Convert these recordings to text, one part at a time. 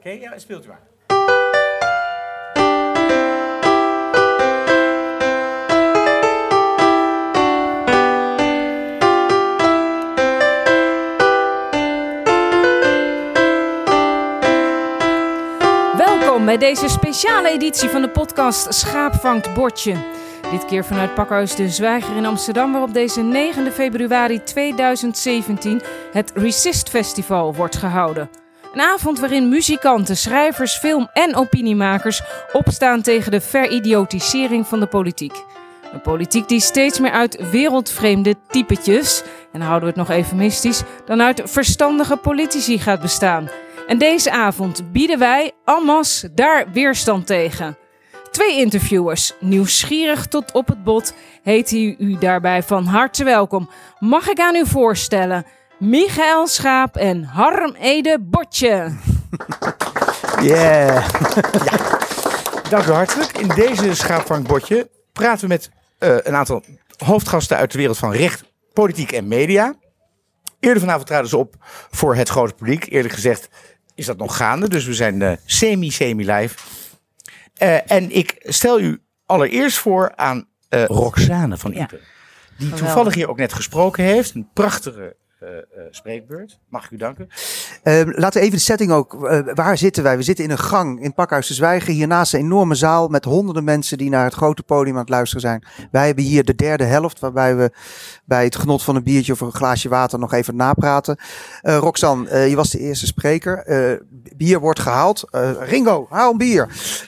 Oké, ja, speelt u maar. Welkom bij deze speciale editie van de podcast Schaap vangt botje. Dit keer vanuit Pakhuis de Zwijger in Amsterdam, waar op deze 9 februari 2017 het Resist Festival wordt gehouden. Een avond waarin muzikanten, schrijvers, film- en opiniemakers opstaan tegen de veridiotisering van de politiek. Een politiek die steeds meer uit wereldvreemde typetjes, en dan houden we het nog eufemistisch, dan uit verstandige politici gaat bestaan. En deze avond bieden wij en masse daar weerstand tegen. 2 interviewers, nieuwsgierig tot op het bot, heet u daarbij van harte welkom. Mag ik aan u voorstellen, Michael Schaap en Harm Ede Botje. Yeah. Ja. Dank u hartelijk. In deze Schaap vangt botje praten we met een aantal hoofdgasten uit de wereld van recht, politiek en media. Eerder vanavond traden ze op voor het grote publiek. Eerlijk gezegd is dat nog gaande, dus we zijn semi-live. En ik stel u allereerst voor aan Roxane van Iepen. Die toevallig hier ook net gesproken heeft. Een prachtige spreekbeurt. Mag ik u danken. Laten we even de setting ook. Waar zitten wij? We zitten in een gang in Pakhuis de Zwijger. Hiernaast een enorme zaal met honderden mensen die naar het grote podium aan het luisteren zijn. Wij hebben hier de derde helft, waarbij we bij het genot van een biertje of een glaasje water nog even napraten. Roxane, je was de eerste spreker. Bier wordt gehaald. Ringo, haal een bier.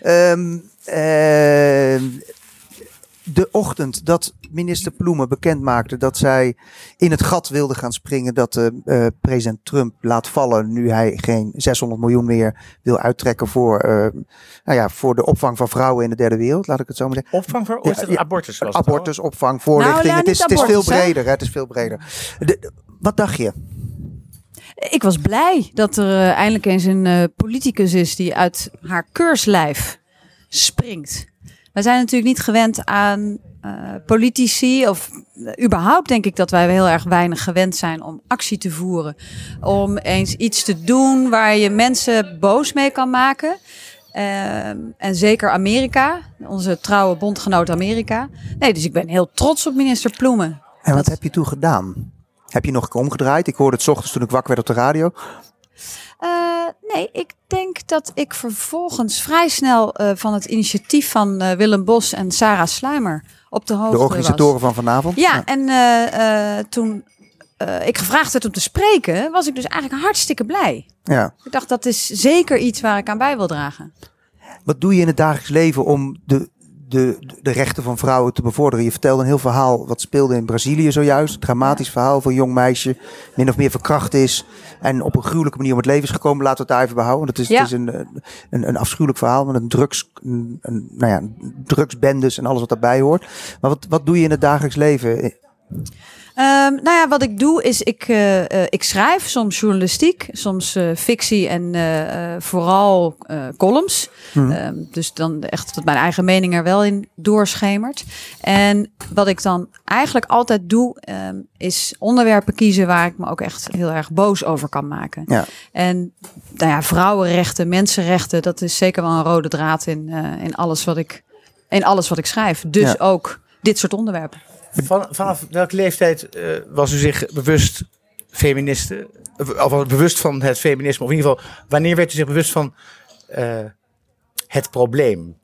De ochtend dat minister Ploemen bekend maakte dat zij in het gat wilde gaan springen dat president Trump laat vallen nu hij geen 600 miljoen meer wil uittrekken voor de opvang van vrouwen in de derde wereld, laat ik het zo maar zeggen. Opvang voor abortus? Abortus, opvang, voorlichting. Nou, het is veel breder. Het is veel breder. Wat dacht je? Ik was blij dat er eindelijk eens een politicus is die uit haar keurslijf springt. Wij zijn natuurlijk niet gewend aan politici of überhaupt denk ik dat wij heel erg weinig gewend zijn om actie te voeren. Om eens iets te doen waar je mensen boos mee kan maken. En zeker Amerika, onze trouwe bondgenoot Amerika. Nee, dus ik ben heel trots op minister Ploemen. En wat heb je toen gedaan? Heb je nog omgedraaid? Ik hoorde het 's ochtends toen ik wakker werd op de radio. Nee, ik denk dat ik vervolgens vrij snel van het initiatief van Willem Bos en Sarah Sluimer op de hoogte was. De organisatoren van vanavond? Ja. En toen ik gevraagd werd om te spreken, was ik dus eigenlijk hartstikke blij. Ja. Ik dacht, dat is zeker iets waar ik aan bij wil dragen. Wat doe je in het dagelijks leven om de rechten van vrouwen te bevorderen? Je vertelde een heel verhaal wat speelde in Brazilië zojuist. Een dramatisch verhaal van een jong meisje, min of meer verkracht is en op een gruwelijke manier om het leven is gekomen. Laten we het daar even behouden. Het is een afschuwelijk verhaal met een drugsbendes en alles wat daarbij hoort. Maar wat doe je in het dagelijks leven? Wat ik doe is, ik schrijf soms journalistiek, soms fictie en vooral columns. Dus dan echt dat mijn eigen mening er wel in doorschemert. En wat ik dan eigenlijk altijd doe, is onderwerpen kiezen waar ik me ook echt heel erg boos over kan maken. Ja. En vrouwenrechten, mensenrechten, dat is zeker wel een rode draad in alles wat ik schrijf. Dus ook dit soort onderwerpen. Vanaf welke leeftijd was u zich bewust feministe? Of bewust van het feminisme? Of in ieder geval, wanneer werd u zich bewust van het probleem?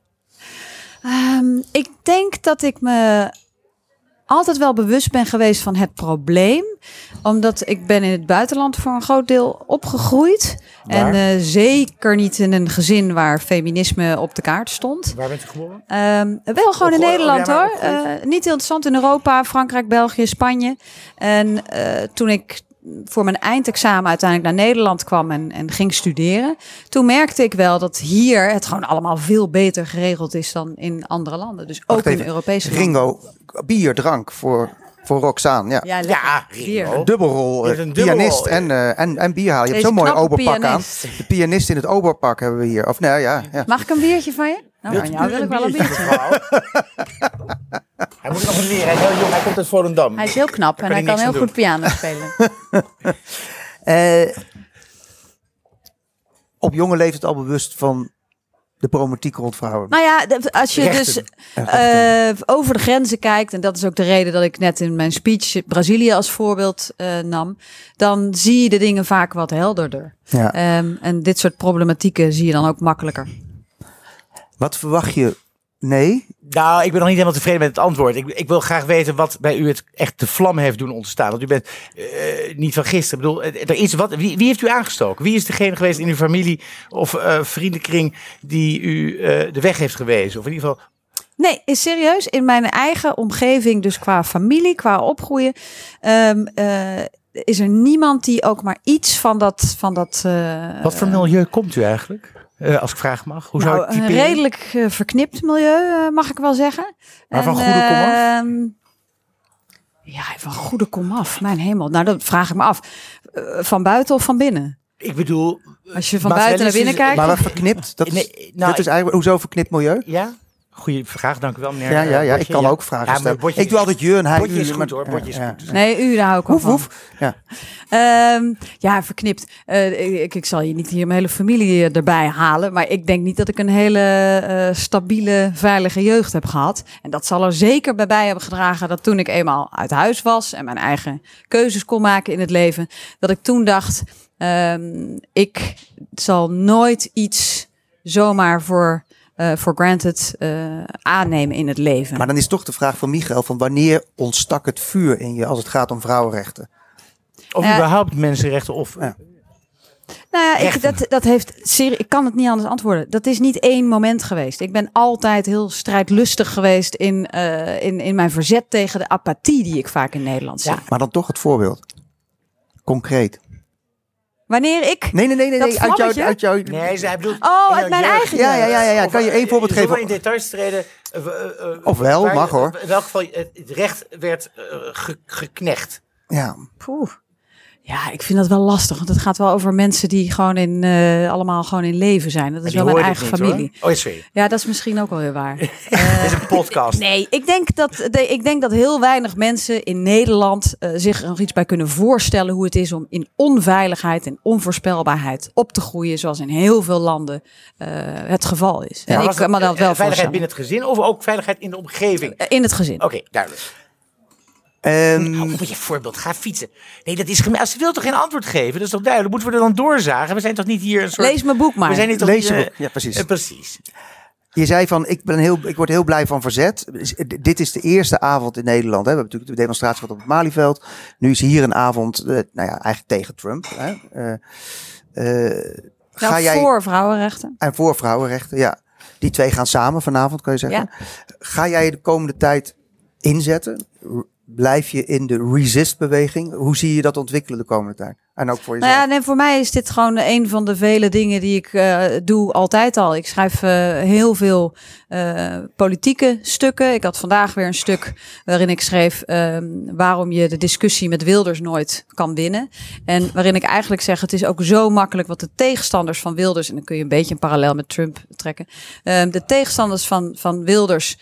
Ik denk dat ik me altijd wel bewust ben geweest van het probleem. Omdat ik ben in het buitenland voor een groot deel opgegroeid. Waar? En zeker niet in een gezin waar feminisme op de kaart stond. Waar bent u geboren? Wel gewoon in Nederland hoor. Niet heel interessant in Europa, Frankrijk, België, Spanje. En toen ik voor mijn eindexamen uiteindelijk naar Nederland kwam en ging studeren. Toen merkte ik wel dat hier het gewoon allemaal veel beter geregeld is dan in andere landen. Dus ook in de Europese landen. Ringo, bier, drank voor Roxane. Ja, Ringo. Dubbelrol, pianist en bierhaal. Je hebt zo'n mooi oberpak aan. De pianist in het oberpak hebben we hier. Of nee, ja. Mag ik een biertje van je? Nou, van jou wil ik wel een biertje. Hij moet nog een leren. Hij is heel jong. Hij komt uit Volendam. Hij is heel knap en hij kan heel goed piano spelen. op jonge leeftijd al bewust van de problematiek rond vrouwen? Nou ja, als je Rechten. dus over de grenzen kijkt, en dat is ook de reden dat ik net in mijn speech Brazilië als voorbeeld nam, dan zie je de dingen vaak wat helderder. Ja. En dit soort problematieken zie je dan ook makkelijker. Wat verwacht je? Nee? Nou, ik ben nog niet helemaal tevreden met het antwoord. Ik wil graag weten wat bij u het echt de vlam heeft doen ontstaan. Want u bent niet van gisteren. Ik bedoel, er is wat. Wie heeft u aangestoken? Wie is degene geweest in uw familie of vriendenkring die u de weg heeft gewezen? Of in ieder geval... Nee, is serieus. In mijn eigen omgeving, dus qua familie, qua opgroeien, is er niemand die ook maar iets van dat. Wat voor milieu komt u eigenlijk? Als ik vragen mag. Hoe zou ik een typeren? redelijk verknipt milieu, mag ik wel zeggen. Maar van goede komaf? Ja, van goede komaf. Mijn hemel. Nou, dat vraag ik me af. Van buiten of van binnen? Ik bedoel... Als je van buiten naar binnen kijkt. Maar wat verknipt? Dat is eigenlijk, hoezo verknipt milieu? Ja? Goeie vraag, dank u wel, meneer. Ja, Botje. ik kan ook vragen stellen. Botje Ik doe altijd je en hij. Botje is u, goed hoor, Botje is goed. Nee, u, daar hou ik wel van. Hoef. Ja. Ja, verknipt. Ik zal je niet hier mijn hele familie erbij halen. Maar ik denk niet dat ik een hele stabiele, veilige jeugd heb gehad. En dat zal er zeker bij hebben gedragen dat toen ik eenmaal uit huis was en mijn eigen keuzes kon maken in het leven, dat ik toen dacht, ik zal nooit iets zomaar voor granted aannemen in het leven. Maar dan is toch de vraag van Michael van wanneer ontstak het vuur in je als het gaat om vrouwenrechten? Of überhaupt mensenrechten of... Ja. Nou ja, ik kan het niet anders antwoorden. Dat is niet één moment geweest. Ik ben altijd heel strijdlustig geweest in mijn verzet tegen de apathie die ik vaak in Nederland zie. Ja. Maar dan toch het voorbeeld. Concreet. Wanneer ik... Nee. Uit jouw... Nee, zij bedoelt... uit mijn eigen... Ja. Kan je één voorbeeld geven? Zonder in details te treden... Ofwel, waar- mag hoor. In welk geval het recht werd geknecht. Ja. Poeh. Ja, ik vind dat wel lastig. Want het gaat wel over mensen die gewoon allemaal gewoon in leven zijn. Dat is wel mijn eigen familie. Oh, sorry. Ja, dat is misschien ook wel weer waar. Dit is een podcast. Nee, ik denk dat heel weinig mensen in Nederland zich er nog iets bij kunnen voorstellen hoe het is om in onveiligheid en onvoorspelbaarheid op te groeien, zoals in heel veel landen het geval is. Ja, En ik kan me dat wel veiligheid voorstellen. binnen het gezin of ook veiligheid in de omgeving? In het gezin. Oké, duidelijk. Wat je voorbeeld, ga fietsen. Nee, dat is gemeen. Als ze wil toch geen antwoord geven, dat is toch duidelijk. Moeten we er dan doorzagen? We zijn toch niet hier een soort... Lees mijn boek maar. We zijn niet toch Lees je niet, boek. Ja, precies. Precies. Je zei van, ik word heel blij van verzet. Dit is de eerste avond in Nederland. Hè. We hebben natuurlijk de demonstratie gehad op het Malieveld. Nu is hier een avond, eigenlijk tegen Trump. Hè. Ga jij... voor vrouwenrechten. En voor vrouwenrechten, ja. Die twee gaan samen vanavond, kan je zeggen. Ja. Ga jij de komende tijd inzetten? Blijf je in de resist-beweging? Hoe zie je dat ontwikkelen de komende tijd? En ook voor jezelf? Nou ja, nee, voor mij is dit gewoon een van de vele dingen die ik doe altijd al. Ik schrijf heel veel politieke stukken. Ik had vandaag weer een stuk waarin ik schreef waarom je de discussie met Wilders nooit kan winnen. En waarin ik eigenlijk zeg, het is ook zo makkelijk wat de tegenstanders van Wilders, en dan kun je een beetje een parallel met Trump trekken, de tegenstanders van Wilders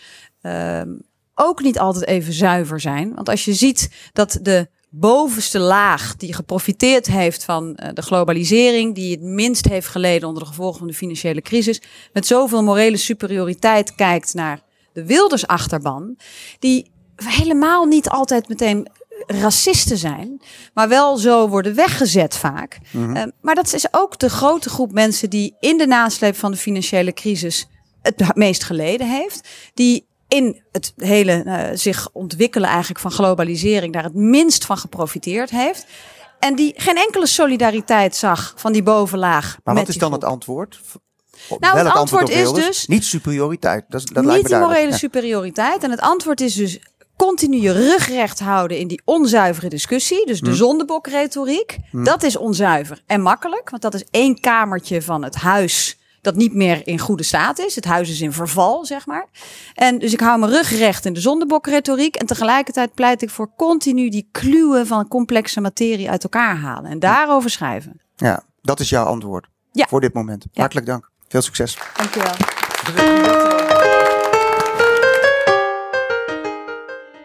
ook niet altijd even zuiver zijn. Want als je ziet dat de bovenste laag die geprofiteerd heeft van de globalisering, die het minst heeft geleden onder de gevolgen van de financiële crisis, met zoveel morele superioriteit kijkt naar de Wilders-achterban, die helemaal niet altijd meteen racisten zijn, maar wel zo worden weggezet vaak. Mm-hmm. Maar dat is ook de grote groep mensen die in de nasleep van de financiële crisis het meest geleden heeft, die in het hele zich ontwikkelen eigenlijk van globalisering daar het minst van geprofiteerd heeft. En die geen enkele solidariteit zag van die bovenlaag. Maar wat is dan het antwoord? Nou, het antwoord is dus niet superioriteit. Dat niet lijkt me die morele ja. superioriteit. En het antwoord is dus continu je rug recht houden in die onzuivere discussie. Dus de zondebokretoriek. Dat is onzuiver en makkelijk. Want dat is één kamertje van het huis dat niet meer in goede staat is. Het huis is in verval, zeg maar. En dus ik hou mijn rug recht in de zondebokretoriek. En tegelijkertijd pleit ik voor continu die kluwen van complexe materie uit elkaar halen. En daarover schrijven. Ja, dat is jouw antwoord voor dit moment. Ja. Hartelijk dank. Veel succes. Dankjewel.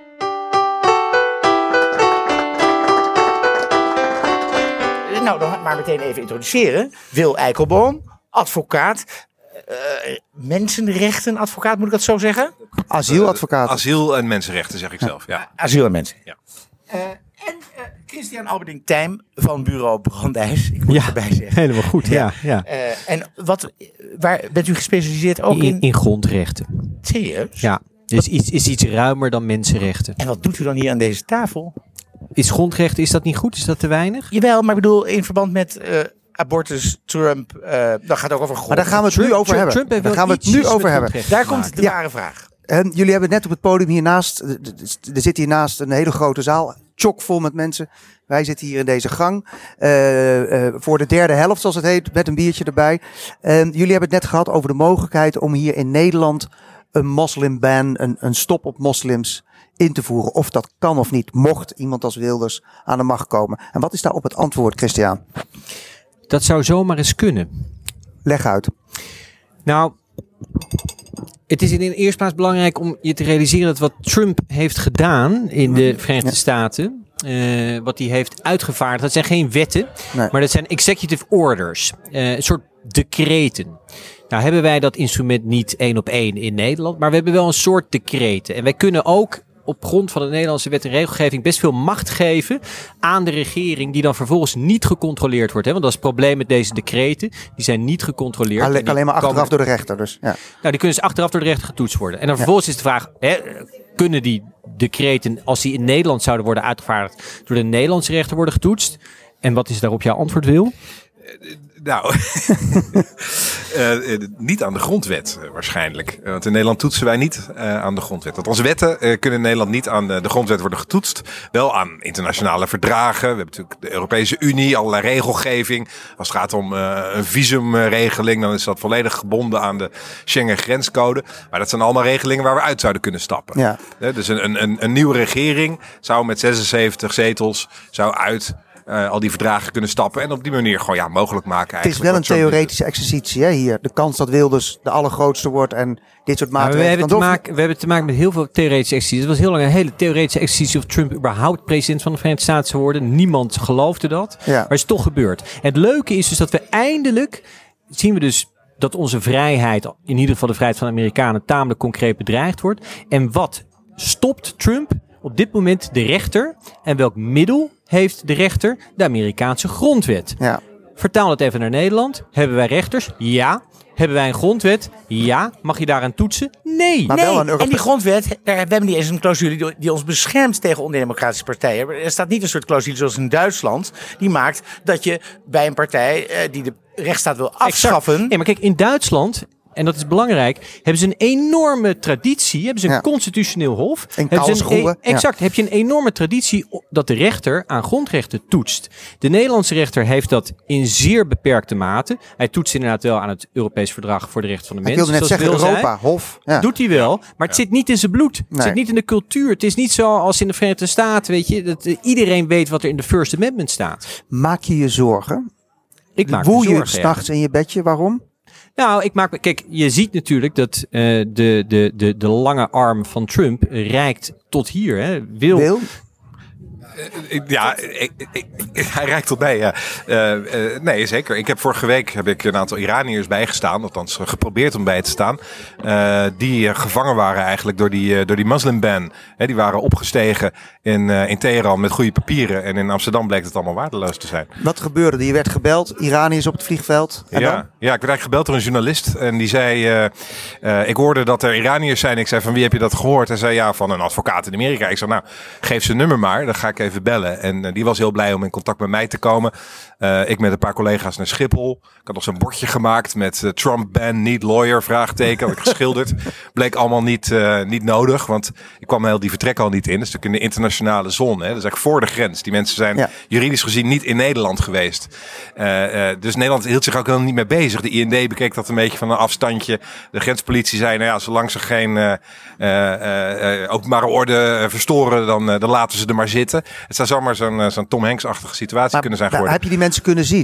Nou, dan maar haar meteen even introduceren. Wil Eikelboom, advocaat, mensenrechtenadvocaat, moet ik dat zo zeggen? Asieladvocaat. Asiel en mensenrechten, zeg ik zelf. Ja. Asiel en mensen. Ja. En Christian Alberding-Tijm van bureau Brandeis. Ik moet het erbij zeggen. Helemaal goed, ja. En waar bent u gespecialiseerd ook in? In grondrechten. Serieus? Ja, dus is iets ruimer dan mensenrechten. En wat doet u dan hier aan deze tafel? Is grondrechten, is dat niet goed? Is dat te weinig? Jawel, maar ik bedoel in verband met abortus, Trump, dat gaat ook over grond. Maar daar gaan we het nu over hebben. Daar gaan we het nu over hebben. Daar komt de ware vraag. Jullie hebben net op het podium hiernaast, er zit hiernaast een hele grote zaal, chockvol met mensen. Wij zitten hier in deze gang voor de derde helft, zoals het heet, met een biertje erbij. Jullie hebben het net gehad over de mogelijkheid om hier in Nederland een moslimban, een stop op moslims in te voeren. Of dat kan of niet, mocht iemand als Wilders aan de macht komen. En wat is daarop het antwoord, Christian? Dat zou zomaar eens kunnen. Leg uit. Nou, het is in de eerste plaats belangrijk om je te realiseren dat wat Trump heeft gedaan in de Verenigde Staten, wat hij heeft uitgevaardigd, dat zijn geen wetten, maar dat zijn executive orders, een soort decreten. Nou hebben wij dat instrument niet 1 op 1 in Nederland, maar we hebben wel een soort decreten. En wij kunnen ook op grond van de Nederlandse wet en regelgeving best veel macht geven aan de regering die dan vervolgens niet gecontroleerd wordt. Hè? Want dat is het probleem met deze decreten. Die zijn niet gecontroleerd. Alleen maar achteraf door de rechter dus. Ja. Nou, die kunnen dus achteraf door de rechter getoetst worden. En dan vervolgens is de vraag, kunnen die decreten, als die in Nederland zouden worden uitgevaardigd, door de Nederlandse rechter worden getoetst? En wat is daarop jouw antwoord, Wil? Nou, niet aan de grondwet waarschijnlijk. Want in Nederland toetsen wij niet aan de grondwet. Want onze wetten kunnen in Nederland niet aan de grondwet worden getoetst. Wel aan internationale verdragen. We hebben natuurlijk de Europese Unie, allerlei regelgeving. Als het gaat om een visumregeling, dan is dat volledig gebonden aan de Schengen grenscode. Maar dat zijn allemaal regelingen waar we uit zouden kunnen stappen. Ja. Dus een nieuwe regering zou met 76 zetels uit al die verdragen kunnen stappen en op die manier gewoon mogelijk maken. Het is wel een theoretische exercitie hier. De kans dat Wilders de allergrootste wordt en dit soort maatregelen. We hebben te maken met heel veel theoretische exercities. Het was heel lang een hele theoretische exercitie of Trump überhaupt president van de Verenigde Staten zou worden. Niemand geloofde dat. Ja. Maar het is toch gebeurd. Het leuke is dus dat we eindelijk zien we dus dat onze vrijheid, in ieder geval de vrijheid van de Amerikanen, tamelijk concreet bedreigd wordt. En wat stopt Trump op dit moment? De rechter. En welk middel heeft de rechter? De Amerikaanse grondwet. Ja. Vertaal het even naar Nederland. Hebben wij rechters? Ja. Hebben wij een grondwet? Ja. Mag je daaraan toetsen? Nee. Maar wel en die grondwet, we hebben niet eens een clausule die ons beschermt tegen ondemocratische partijen. Er staat niet een soort clausule zoals in Duitsland, die maakt dat je bij een partij die de rechtsstaat wil afschaffen. Nee, maar kijk, in Duitsland, en dat is belangrijk, hebben ze een enorme traditie. Hebben ze een constitutioneel hof. Exact. Heb je een enorme traditie dat de rechter aan grondrechten toetst. De Nederlandse rechter heeft dat in zeer beperkte mate. Hij toetst inderdaad wel aan het Europees Verdrag voor de Rechten van de Mens. Ik wilde net zeggen Europa, Hof. Ja. Doet hij wel, maar het zit niet in zijn bloed. Het zit niet in de cultuur. Het is niet zoals in de Verenigde Staten, weet je, dat iedereen weet wat er in de First Amendment staat. Maak je je zorgen? Ik maak me zorgen. Woel je 's nachts in je bedje? Waarom? Nou, kijk, je ziet natuurlijk dat de lange arm van Trump reikt tot hier. Hè. Wil? Hij reikt tot mij. Ja. Nee, zeker. Ik heb vorige week een aantal Iraniërs bijgestaan, althans geprobeerd om bij te staan, die gevangen waren eigenlijk door die moslimban. Die waren opgestegen in Teheran met goede papieren en in Amsterdam bleek het allemaal waardeloos te zijn. Wat gebeurde? Je werd gebeld, Iraniërs op het vliegveld. En dan? Ik werd eigenlijk gebeld door een journalist en die zei, ik hoorde dat er Iraniërs zijn. Ik zei, van wie heb je dat gehoord? Hij zei, ja, van een advocaat in Amerika. Ik zei, nou, geef zijn nummer maar, dan ga ik even bellen. En die was heel blij om in contact met mij te komen. Ik met een paar collega's naar Schiphol. Ik had nog zo'n bordje gemaakt met Trump ban, need lawyer, vraagteken. Had ik geschilderd. Bleek allemaal niet nodig, want ik kwam heel die vertrek al niet in. Dat is natuurlijk in de internationale zone. Hè. Dat is eigenlijk voor de grens. Die mensen zijn juridisch gezien niet in Nederland geweest. Dus Nederland hield zich ook helemaal niet mee bezig. De IND bekeek dat een beetje van een afstandje. De grenspolitie zei, nou ja, zolang ze geen openbare orde verstoren, dan laten ze er maar zitten. Het zou zomaar zo'n Tom Hanks-achtige situatie kunnen zijn geworden. Heb je die mensen kunnen zien?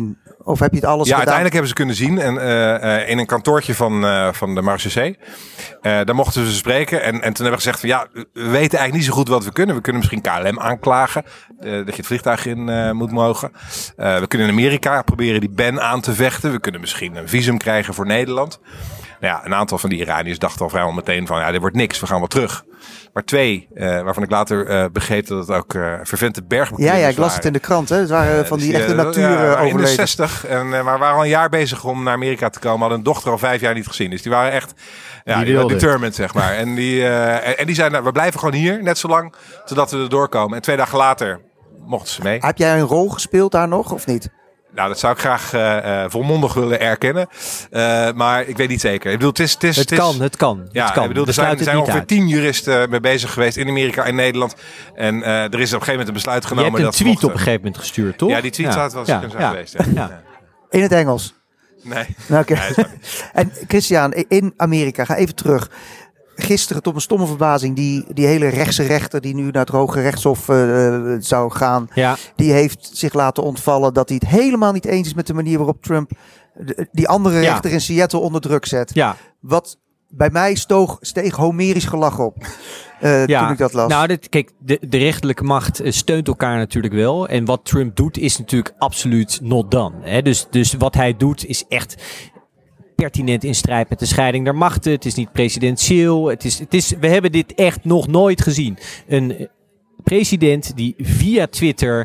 Of heb je het alles gedaan? Uiteindelijk hebben ze kunnen zien. En in een kantoortje van de Marseillais. Daar mochten ze spreken. En toen hebben we gezegd van we weten eigenlijk niet zo goed wat we kunnen. We kunnen misschien KLM aanklagen. Dat je het vliegtuig in moet mogen. We kunnen in Amerika proberen die ban aan te vechten. We kunnen misschien een visum krijgen voor Nederland. Nou ja, een aantal van die Iraniërs dachten al vrijwel meteen van dit wordt niks, we gaan wel terug. Maar 2, waarvan ik later begreep dat het ook fervente bergbeklimmers Ja, ik las het in de krant. Hè? Het waren van die echte natuur in de 60. Maar waren al een jaar bezig om naar Amerika te komen. Hadden een dochter al 5 jaar niet gezien. Dus die waren echt die waren determined, zeg maar. En die zeiden, we blijven gewoon hier, net zo lang, totdat we er doorkomen. En 2 dagen later mochten ze mee. Heb jij een rol gespeeld daar nog, of niet? Nou, dat zou ik graag volmondig willen erkennen. Maar ik weet niet zeker. Ik bedoel, Het kan. Ja, ik bedoel, er zijn ongeveer 10 juristen mee bezig geweest in Amerika en Nederland. En er is op een gegeven moment een besluit genomen. Je hebt een tweet op een gegeven moment gestuurd, toch? Ja, die tweet zou het wel zijn geweest. Ja. In het Engels? Nee. Okay. En Christian, in Amerika, ga even terug. Gisteren tot mijn stomme verbazing, die hele rechtse rechter die nu naar het Hoge Rechtshof zou gaan, die heeft zich laten ontvallen dat hij het helemaal niet eens is met de manier waarop Trump die andere rechter in Seattle onder druk zet. Ja. Wat bij mij steeg homerisch gelach op toen ik dat las. Nou, kijk, de rechterlijke macht steunt elkaar natuurlijk wel. En wat Trump doet is natuurlijk absoluut not done. Hè? Dus wat hij doet is echt pertinent in strijd met de scheiding der machten. Het is niet presidentieel. We hebben dit echt nog nooit gezien. Een president die via Twitter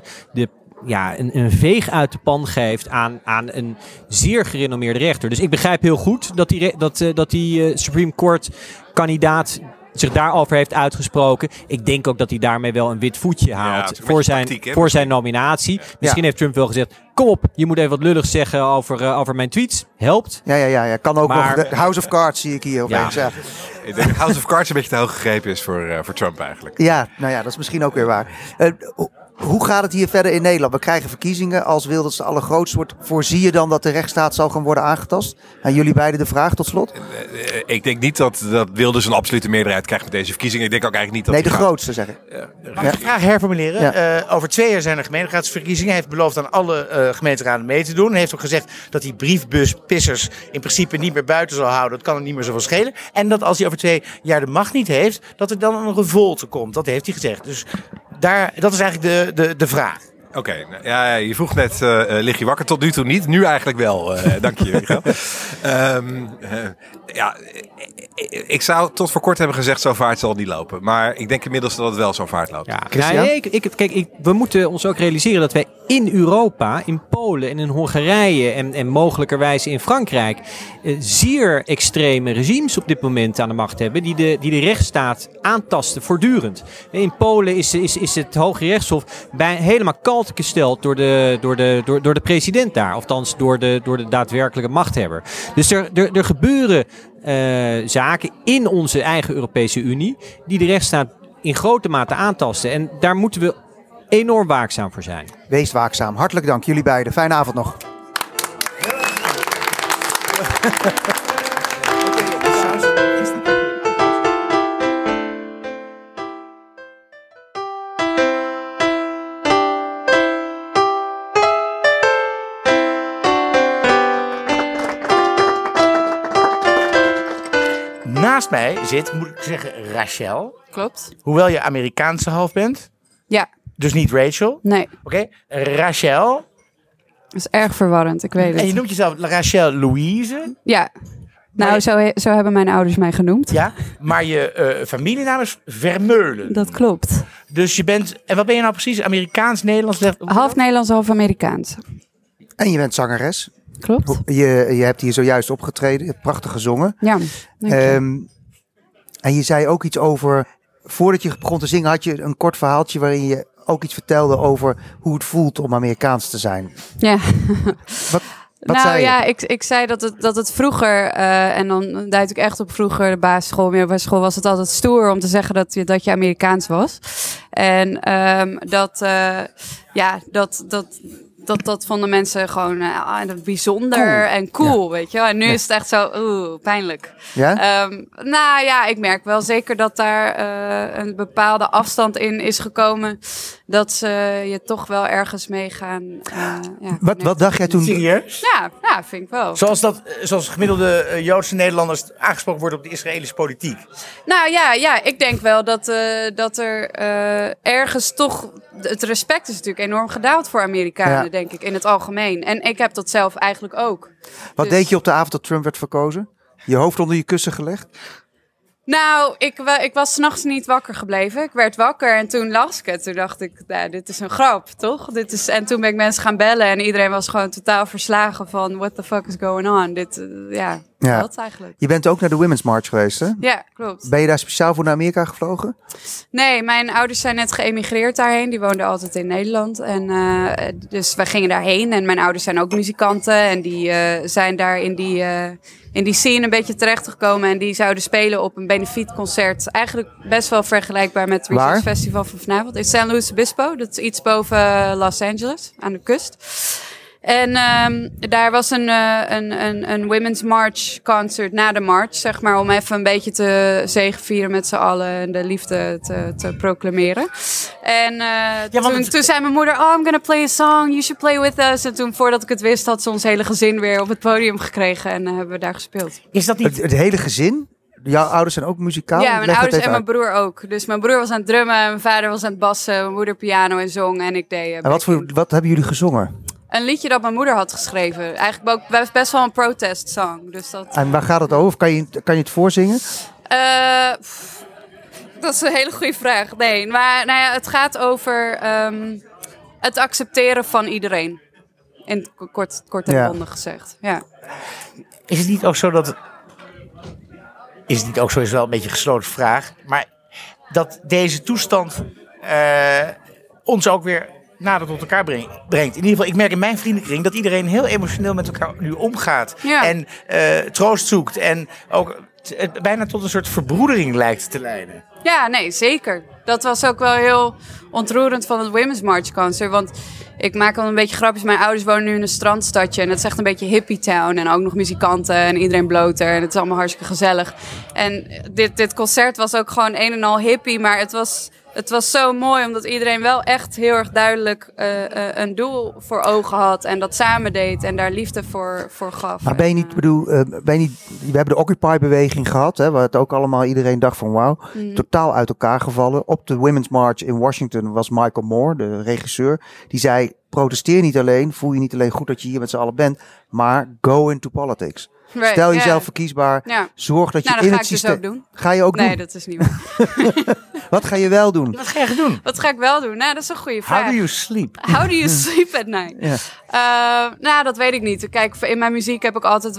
een veeg uit de pan geeft aan een zeer gerenommeerde rechter. Dus ik begrijp heel goed dat die Supreme Court kandidaat zich daarover heeft uitgesproken. Ik denk ook dat hij daarmee wel een wit voetje haalt voor zijn nominatie. Misschien heeft Trump wel gezegd, kom op, je moet even wat lulligs zeggen over mijn tweets. Helpt. Ja. Kan ook nog de House of Cards zie ik hier opeens. Ja. Ik denk dat House of Cards een beetje te hoog gegrepen is voor Trump eigenlijk. Ja, dat is misschien ook weer waar. Hoe gaat het hier verder in Nederland? We krijgen verkiezingen. Als Wilders de allergrootste wordt, voorzie je dan dat de rechtsstaat zal gaan worden aangetast? Aan jullie beiden de vraag tot slot. Ik denk niet dat Wilders een absolute meerderheid krijgt met deze verkiezingen. Ik denk ook eigenlijk niet dat de grootste zeg ik. Mag ik graag herformuleren? Ja. Over 2 jaar zijn er gemeenteraadsverkiezingen. Hij heeft beloofd aan alle gemeenteraden mee te doen. Hij heeft ook gezegd dat die briefbuspissers in principe niet meer buiten zal houden. Dat kan er niet meer zoveel schelen. En dat als hij over 2 jaar de macht niet heeft, dat er dan een revolte komt. Dat heeft hij gezegd. Dus dat is eigenlijk de vraag. Oké, je vroeg net, lig je wakker? Tot nu toe niet. Nu eigenlijk wel. Dank je, Michael. Ik zou tot voor kort hebben gezegd, zo vaart zal het niet lopen. Maar ik denk inmiddels dat het wel zo vaart loopt. We moeten ons ook realiseren dat wij in Europa, in Polen en in Hongarije en mogelijkerwijs in Frankrijk zeer extreme regimes op dit moment aan de macht hebben die de rechtsstaat aantasten voortdurend. In Polen is het Hoge Rechtshof helemaal kalt gesteld door de president daar. Althans door de daadwerkelijke machthebber. Dus er gebeuren zaken in onze eigen Europese Unie die de rechtsstaat in grote mate aantasten. En daar moeten we enorm waakzaam voor zijn. Wees waakzaam. Hartelijk dank jullie beiden. Fijne avond nog. Naast mij zit, moet ik zeggen, Rachel. Klopt. Hoewel je Amerikaanse half bent. Ja. Dus niet Rachel. Nee. Oké. Rachel. Dat is erg verwarrend, ik weet het. En je noemt jezelf Rachel Louise. Ja. Nou, zo hebben mijn ouders mij genoemd. Ja, maar je familienaam is Vermeulen. Dat klopt. Dus je bent, en wat ben je nou precies? Amerikaans, Nederlands? Half Nederlands, half Amerikaans. En je bent zangeres. Klopt. Je hebt hier zojuist opgetreden. Je hebt prachtig gezongen. Ja, dank je. En je zei ook iets over, voordat je begon te zingen had je een kort verhaaltje waarin je ook iets vertelde over hoe het voelt om Amerikaans te zijn. Ja. Wat zei je? Ja, ik zei dat het vroeger, en dan duid ik echt op vroeger de basisschool, middelbare school, was het altijd stoer om te zeggen dat je dat vonden mensen gewoon bijzonder en cool, weet je wel. En nu is het echt zo, pijnlijk. Ja? Nou ja, ik merk wel zeker dat daar een bepaalde afstand in is gekomen. Dat ze je toch wel ergens mee gaan. Wat dacht jij toen? Serieus? Ja, vind ik wel. Zoals gemiddelde Joodse Nederlanders aangesproken worden op de Israëlische politiek. Nou ja, ik denk wel dat er ergens toch... Het respect is natuurlijk enorm gedaald voor Amerikanen, denk ik, in het algemeen. En ik heb dat zelf eigenlijk ook. Wat deed je op de avond dat Trump werd verkozen? Je hoofd onder je kussen gelegd? Nou, ik was 's nachts niet wakker gebleven. Ik werd wakker en toen las ik het. Toen dacht ik, dit is een grap, toch? En toen ben ik mensen gaan bellen en iedereen was gewoon totaal verslagen van... What the fuck is going on? Dat eigenlijk. Je bent ook naar de Women's March geweest, hè? Ja, klopt. Ben je daar speciaal voor naar Amerika gevlogen? Nee, mijn ouders zijn net geëmigreerd daarheen. Die woonden altijd in Nederland. En dus wij gingen daarheen. En mijn ouders zijn ook muzikanten. En die zijn daar in die scene een beetje terechtgekomen. En die zouden spelen op een benefietconcert. Eigenlijk best wel vergelijkbaar met het Research Festival van vanavond. In San Luis Obispo. Dat is iets boven Los Angeles, aan de kust. En daar was een Women's March concert na de march, zeg maar, om even een beetje te zegevieren met z'n allen en de liefde te proclameren. En toen zei mijn moeder, I'm gonna play a song, you should play with us. En toen, voordat ik het wist, had ze ons hele gezin weer op het podium gekregen en hebben we daar gespeeld. Is dat niet... Het hele gezin? Jouw ouders zijn ook muzikaal? Ja, mijn ouders en mijn broer ook. Dus mijn broer was aan het drummen, mijn vader was aan het bassen, mijn moeder piano en zong en ik deed... En wat hebben jullie gezongen? Een liedje dat mijn moeder had geschreven. Eigenlijk ook best wel een protest song. Dus dat... En waar gaat het over? Kan je het voorzingen? Dat is een hele goede vraag. Nee, maar het gaat over het accepteren van iedereen. In kort en bondig gezegd. Ja. Is het niet ook zo dat... Is het niet ook zo, is wel een beetje een gesloten vraag. Maar dat deze toestand ons ook weer nader tot elkaar brengt. In ieder geval, ik merk in mijn vriendenkring dat iedereen heel emotioneel met elkaar nu omgaat. Ja. En troost zoekt. En ook bijna tot een soort verbroedering lijkt te leiden. Ja, nee, zeker. Dat was ook wel heel ontroerend van het Women's March concert. Want ik maak wel een beetje grapjes. Mijn ouders wonen nu in een strandstadje. En het is echt een beetje hippie town. En ook nog muzikanten en iedereen bloot er. En het is allemaal hartstikke gezellig. En dit concert was ook gewoon een en al hippie. Maar het was zo mooi, omdat iedereen wel echt heel erg duidelijk een doel voor ogen had. En dat samen deed en daar liefde voor gaf. Maar ben je niet, we hebben de Occupy-beweging gehad, hè, waar het ook allemaal iedereen dacht van wauw, totaal uit elkaar gevallen. Op de Women's March in Washington was Michael Moore, de regisseur, die zei, protesteer niet alleen, voel je niet alleen goed dat je hier met z'n allen bent, maar go into politics. Right, stel jezelf verkiesbaar. Ja. Zorg dat je dat in ga het ik systeem... dus ook doen. Ga je ook doen? Nee, dat is niet waar. Wat ga je wel doen? Wat ga je doen? Wat ga ik wel doen? Nou, dat is een goede vraag. How do you sleep? How do you sleep at night? Nou, dat weet ik niet. Kijk, in mijn muziek heb ik altijd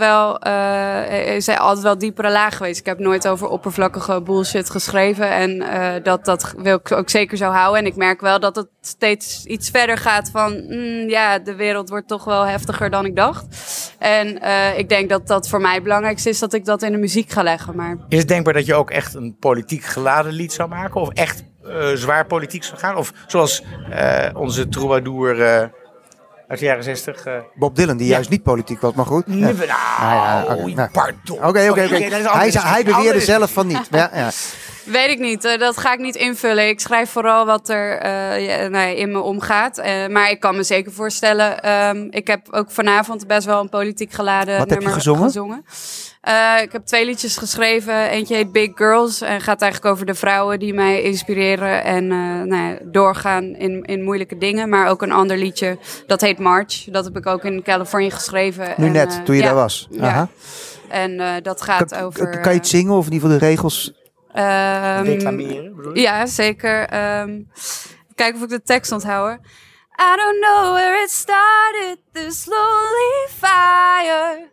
wel diepere laag geweest. Ik heb nooit over oppervlakkige bullshit geschreven. En dat wil ik ook zeker zo houden. En ik merk wel dat het steeds iets verder gaat van... de wereld wordt toch wel heftiger dan ik dacht. En ik denk dat dat voor mij het belangrijkste is dat ik dat in de muziek ga leggen. Maar... Is het denkbaar dat je ook echt een politiek geladen lied zou maken? Of echt zwaar politiek zou gaan? Of zoals onze troubadour uit de jaren 60... Bob Dylan, die juist niet politiek was, maar goed. Pardon. Oké. Hij beweerde zelf van niet. Ja. Weet ik niet. Dat ga ik niet invullen. Ik schrijf vooral wat er in me omgaat. Maar ik kan me zeker voorstellen... ik heb ook vanavond best wel een politiek geladen wat nummer heb je gezongen? Ik heb 2 liedjes geschreven. Eentje heet Big Girls. En gaat eigenlijk over de vrouwen die mij inspireren. En doorgaan in moeilijke dingen. Maar ook een ander liedje. Dat heet March. Dat heb ik ook in Californië geschreven. Nu net, toen je daar was. Ja. Aha. En dat gaat over... Kan je het zingen of in ieder geval de regels... reclameren, bedoel je? Ja, zeker. Kijken of ik de tekst onthoud. I don't know where it started, this lonely fire.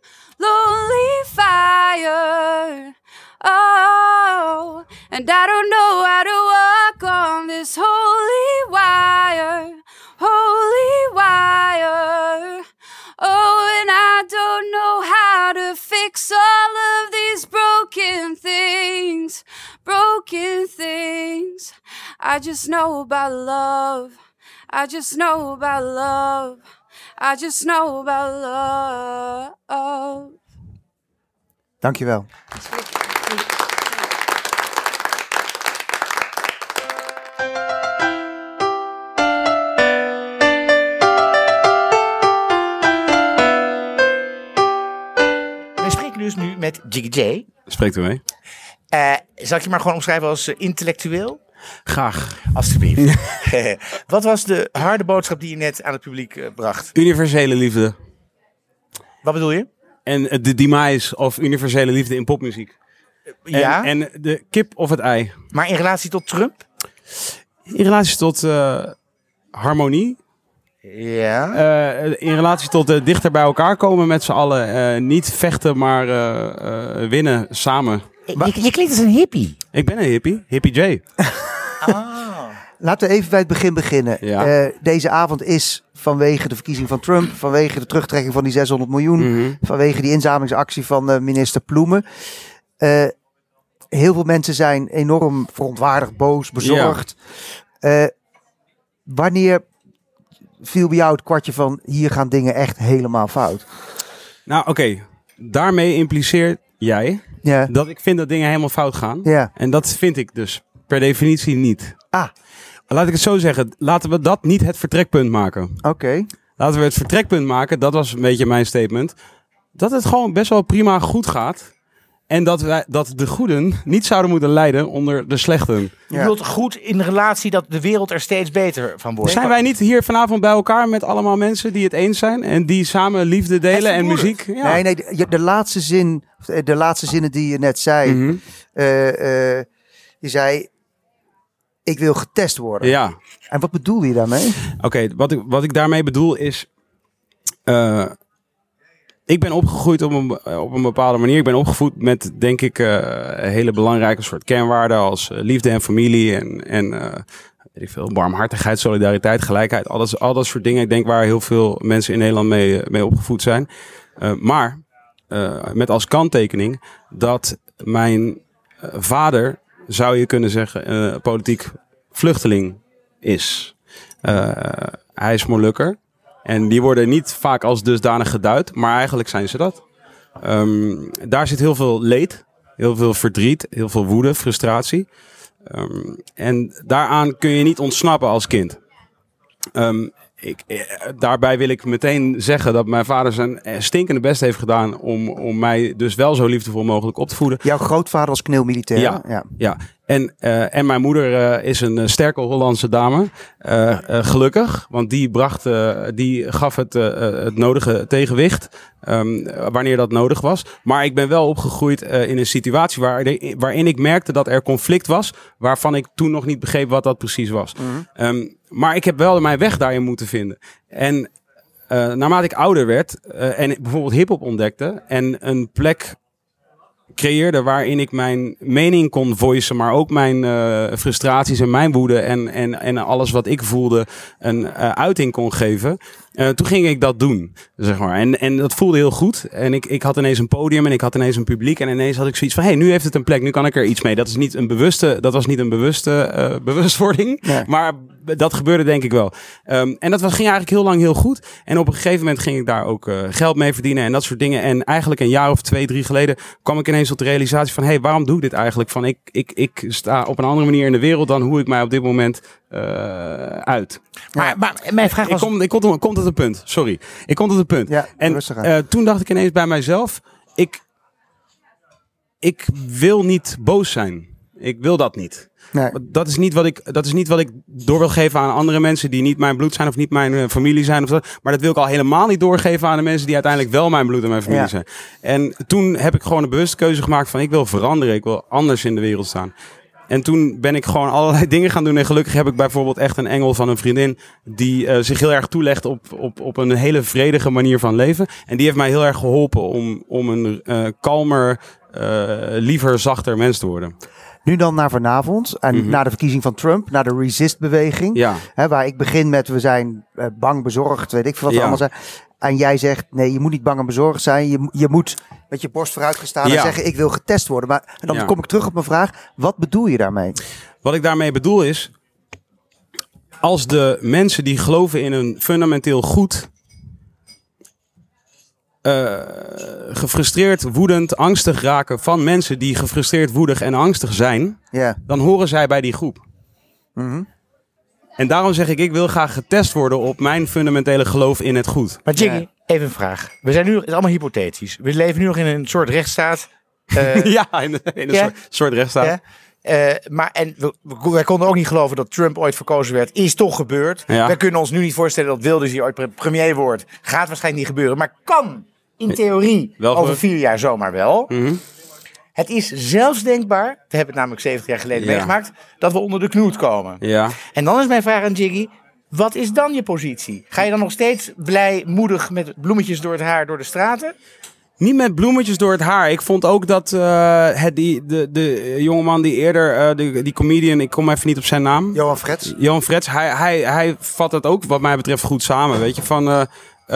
Oh, and I don't know how to walk on this holy wire. Oh, and I don't know how to fix all of these broken things. I just know about love. I just know about love. Dankjewel. We spreken dus nu met Jiggy J. Spreekt u mee? Zal ik je maar gewoon omschrijven als intellectueel? Graag. Alsjeblieft. Wat was de harde boodschap die je net aan het publiek bracht? Universele liefde. Wat bedoel je? En de demise of universele liefde in popmuziek. Ja, En de kip of het ei. maar in relatie tot Trump? In relatie tot harmonie. Ja. In relatie tot dichter bij elkaar komen met z'n allen. Niet vechten, maar winnen samen. Je klinkt als een hippie. Ik ben een hippie. Hippie J. Laten we even bij het begin beginnen. Ja. Deze avond is vanwege de verkiezing van Trump, vanwege de terugtrekking van die 600 miljoen, vanwege die inzamelingsactie van minister Ploemen. Heel veel mensen zijn enorm verontwaardigd, boos, bezorgd. Wanneer viel bij jou het kwartje van hier gaan dingen echt helemaal fout? Nou, oké. Daarmee impliceert jij Ja. dat ik vind dat dingen helemaal fout gaan. Ja. En dat vind ik dus per definitie niet. Ah, Laat ik het zo zeggen. Laten we dat niet het vertrekpunt maken. oké. Laten we het vertrekpunt maken, dat was een beetje mijn statement, dat het gewoon best wel prima goed gaat. En dat de goeden niet zouden moeten lijden onder de slechten. Je wilt goed in relatie dat de wereld er steeds beter van wordt. Zijn wij niet hier vanavond bij elkaar met allemaal mensen die het eens zijn en die samen liefde delen en muziek? Ja. Nee, de laatste zin, de laatste zinnen die je net zei. Mhm. Je zei, ik wil getest worden. Ja. En wat bedoelde je daarmee? Oké, wat ik daarmee bedoel is, ik ben opgegroeid op een bepaalde manier. Ik ben opgevoed met, denk ik, hele belangrijke soort kernwaarden als liefde en familie en weet ik veel, barmhartigheid, solidariteit, gelijkheid. Al dat soort dingen. Ik denk waar heel veel mensen in Nederland mee opgevoed zijn. Maar met als kanttekening dat mijn vader, zou je kunnen zeggen, politiek vluchteling is. Hij is Molukker. En die worden niet vaak als dusdanig geduid, maar eigenlijk zijn ze dat. Daar zit heel veel leed, heel veel verdriet, heel veel woede, frustratie. En daaraan kun je niet ontsnappen als kind. Daarbij wil ik meteen zeggen dat mijn vader zijn stinkende best heeft gedaan om mij dus wel zo liefdevol mogelijk op te voeden. Jouw grootvader was kneelmilitair. Ja. En mijn moeder is een sterke Hollandse dame. Gelukkig, want die gaf het nodige tegenwicht wanneer dat nodig was. Maar ik ben wel opgegroeid in een situatie waarin ik merkte dat er conflict was, waarvan ik toen nog niet begreep wat dat precies was. Maar ik heb wel mijn weg daarin moeten vinden. En naarmate ik ouder werd en bijvoorbeeld hiphop ontdekte en een plek creëerde waarin ik mijn mening kon voicen, maar ook mijn frustraties en mijn woede en alles wat ik voelde een uiting kon geven. Toen ging ik dat doen, zeg maar. En dat voelde heel goed. En ik had ineens een podium en ik had ineens een publiek. En ineens had ik zoiets van, hey, nu heeft het een plek, nu kan ik er iets mee. Dat was niet een bewuste bewustwording. Nee. Maar dat gebeurde denk ik wel. En dat ging eigenlijk heel lang heel goed. En op een gegeven moment ging ik daar ook geld mee verdienen en dat soort dingen. En eigenlijk een jaar of 2, 3 geleden kwam ik ineens tot de realisatie van, hey, waarom doe ik dit eigenlijk? Van ik sta op een andere manier in de wereld dan hoe ik mij op dit moment uit. Maar mijn vraag was... Ik kom tot een punt. Sorry. Ik kom tot een punt. Ja, en toen dacht ik ineens bij mijzelf, ik wil niet boos zijn. Ik wil dat niet. Nee. Dat is niet wat ik door wil geven aan andere mensen die niet mijn bloed zijn of niet mijn familie zijn. Of zo. Maar dat wil ik al helemaal niet doorgeven aan de mensen die uiteindelijk wel mijn bloed en mijn familie zijn. En toen heb ik gewoon een bewuste keuze gemaakt van ik wil veranderen. Ik wil anders in de wereld staan. En toen ben ik gewoon allerlei dingen gaan doen. En gelukkig heb ik bijvoorbeeld echt een engel van een vriendin die zich heel erg toelegt op een hele vredige manier van leven. En die heeft mij heel erg geholpen om een kalmer, liever, zachter mens te worden. Nu dan naar vanavond en na de verkiezing van Trump, naar de Resist-beweging. Ja. Waar ik begin met, we zijn bang, bezorgd, weet ik veel wat we allemaal zijn. En jij zegt, nee, je moet niet bang en bezorgd zijn. Je moet met je borst vooruit gaan staan en zeggen, ik wil getest worden. Maar en dan kom ik terug op mijn vraag, wat bedoel je daarmee? Wat ik daarmee bedoel is, als de mensen die geloven in een fundamenteel goed gefrustreerd, woedend, angstig raken van mensen die gefrustreerd, woedig en angstig zijn, dan horen zij bij die groep. Mm-hmm. En daarom zeg ik wil graag getest worden op mijn fundamentele geloof in het goed. Maar Jiggy, even een vraag. We zijn nu, het is allemaal hypothetisch. We leven nu nog in een soort rechtsstaat. In een soort rechtsstaat. Ja. Wij konden ook niet geloven dat Trump ooit verkozen werd. Is toch gebeurd. Ja. Wij kunnen ons nu niet voorstellen dat Wilders hier ooit premier wordt. Gaat waarschijnlijk niet gebeuren. Maar kan in theorie over 4 jaar zomaar wel. Mm-hmm. Het is zelfs denkbaar, we hebben het namelijk 70 jaar geleden meegemaakt, dat we onder de knoet komen. Ja. En dan is mijn vraag aan Jiggy, wat is dan je positie? Ga je dan nog steeds blijmoedig met bloemetjes door het haar door de straten? Niet met bloemetjes door het haar. Ik vond ook dat de jongeman die eerder, die comedian, ik kom even niet op zijn naam. Johan Frets, hij vat het ook wat mij betreft goed samen. Weet je, van...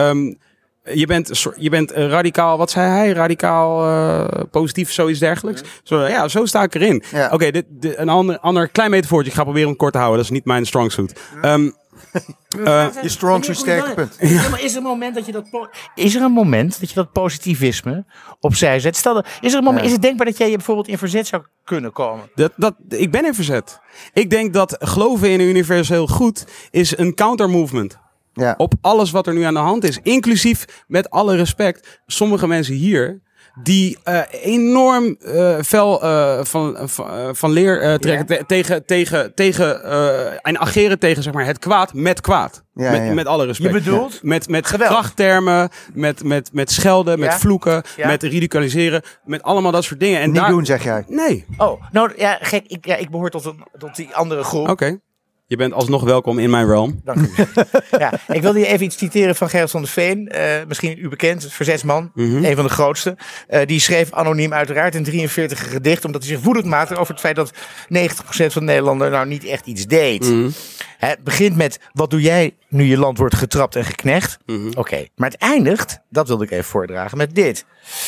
Je bent radicaal, wat zei hij? Radicaal positief, zoiets dergelijks. Zo sta ik erin. Ja. Oké, een ander klein metafoortje. Ik ga proberen hem kort te houden. Dat is niet mijn strong suit. Je strong suit sterke punt. Is er een moment dat je dat positivisme opzij zet? Stel, is het denkbaar dat jij bijvoorbeeld in verzet zou kunnen komen? Ik ben in verzet. Ik denk dat geloven in een universeel goed is een counter-movement. Ja. Op alles wat er nu aan de hand is. Inclusief, met alle respect, sommige mensen hier die enorm fel van leer trekken tegen en ageren tegen zeg maar, het kwaad met kwaad. Met alle respect. Je bedoelt? Met krachttermen, met schelden, met vloeken, met ridiculiseren, met allemaal dat soort dingen. En niet doen, zeg jij? Nee. Oh, nou ja, gek. Ik behoor tot die andere groep. Oké. Je bent alsnog welkom in mijn realm. Dank u. Ik wilde je even iets citeren van Gerrit van der Veen. Misschien u bekend, verzetsman. Mm-hmm. Een van de grootste. Die schreef anoniem uiteraard een 43 gedicht. Omdat hij zich woedend maakte over het feit dat 90% van de Nederlanders nou niet echt iets deed. Mm-hmm. Het begint met, wat doe jij nu je land wordt getrapt en geknecht? Mm-hmm. Oké. Maar het eindigt, dat wilde ik even voordragen, met dit.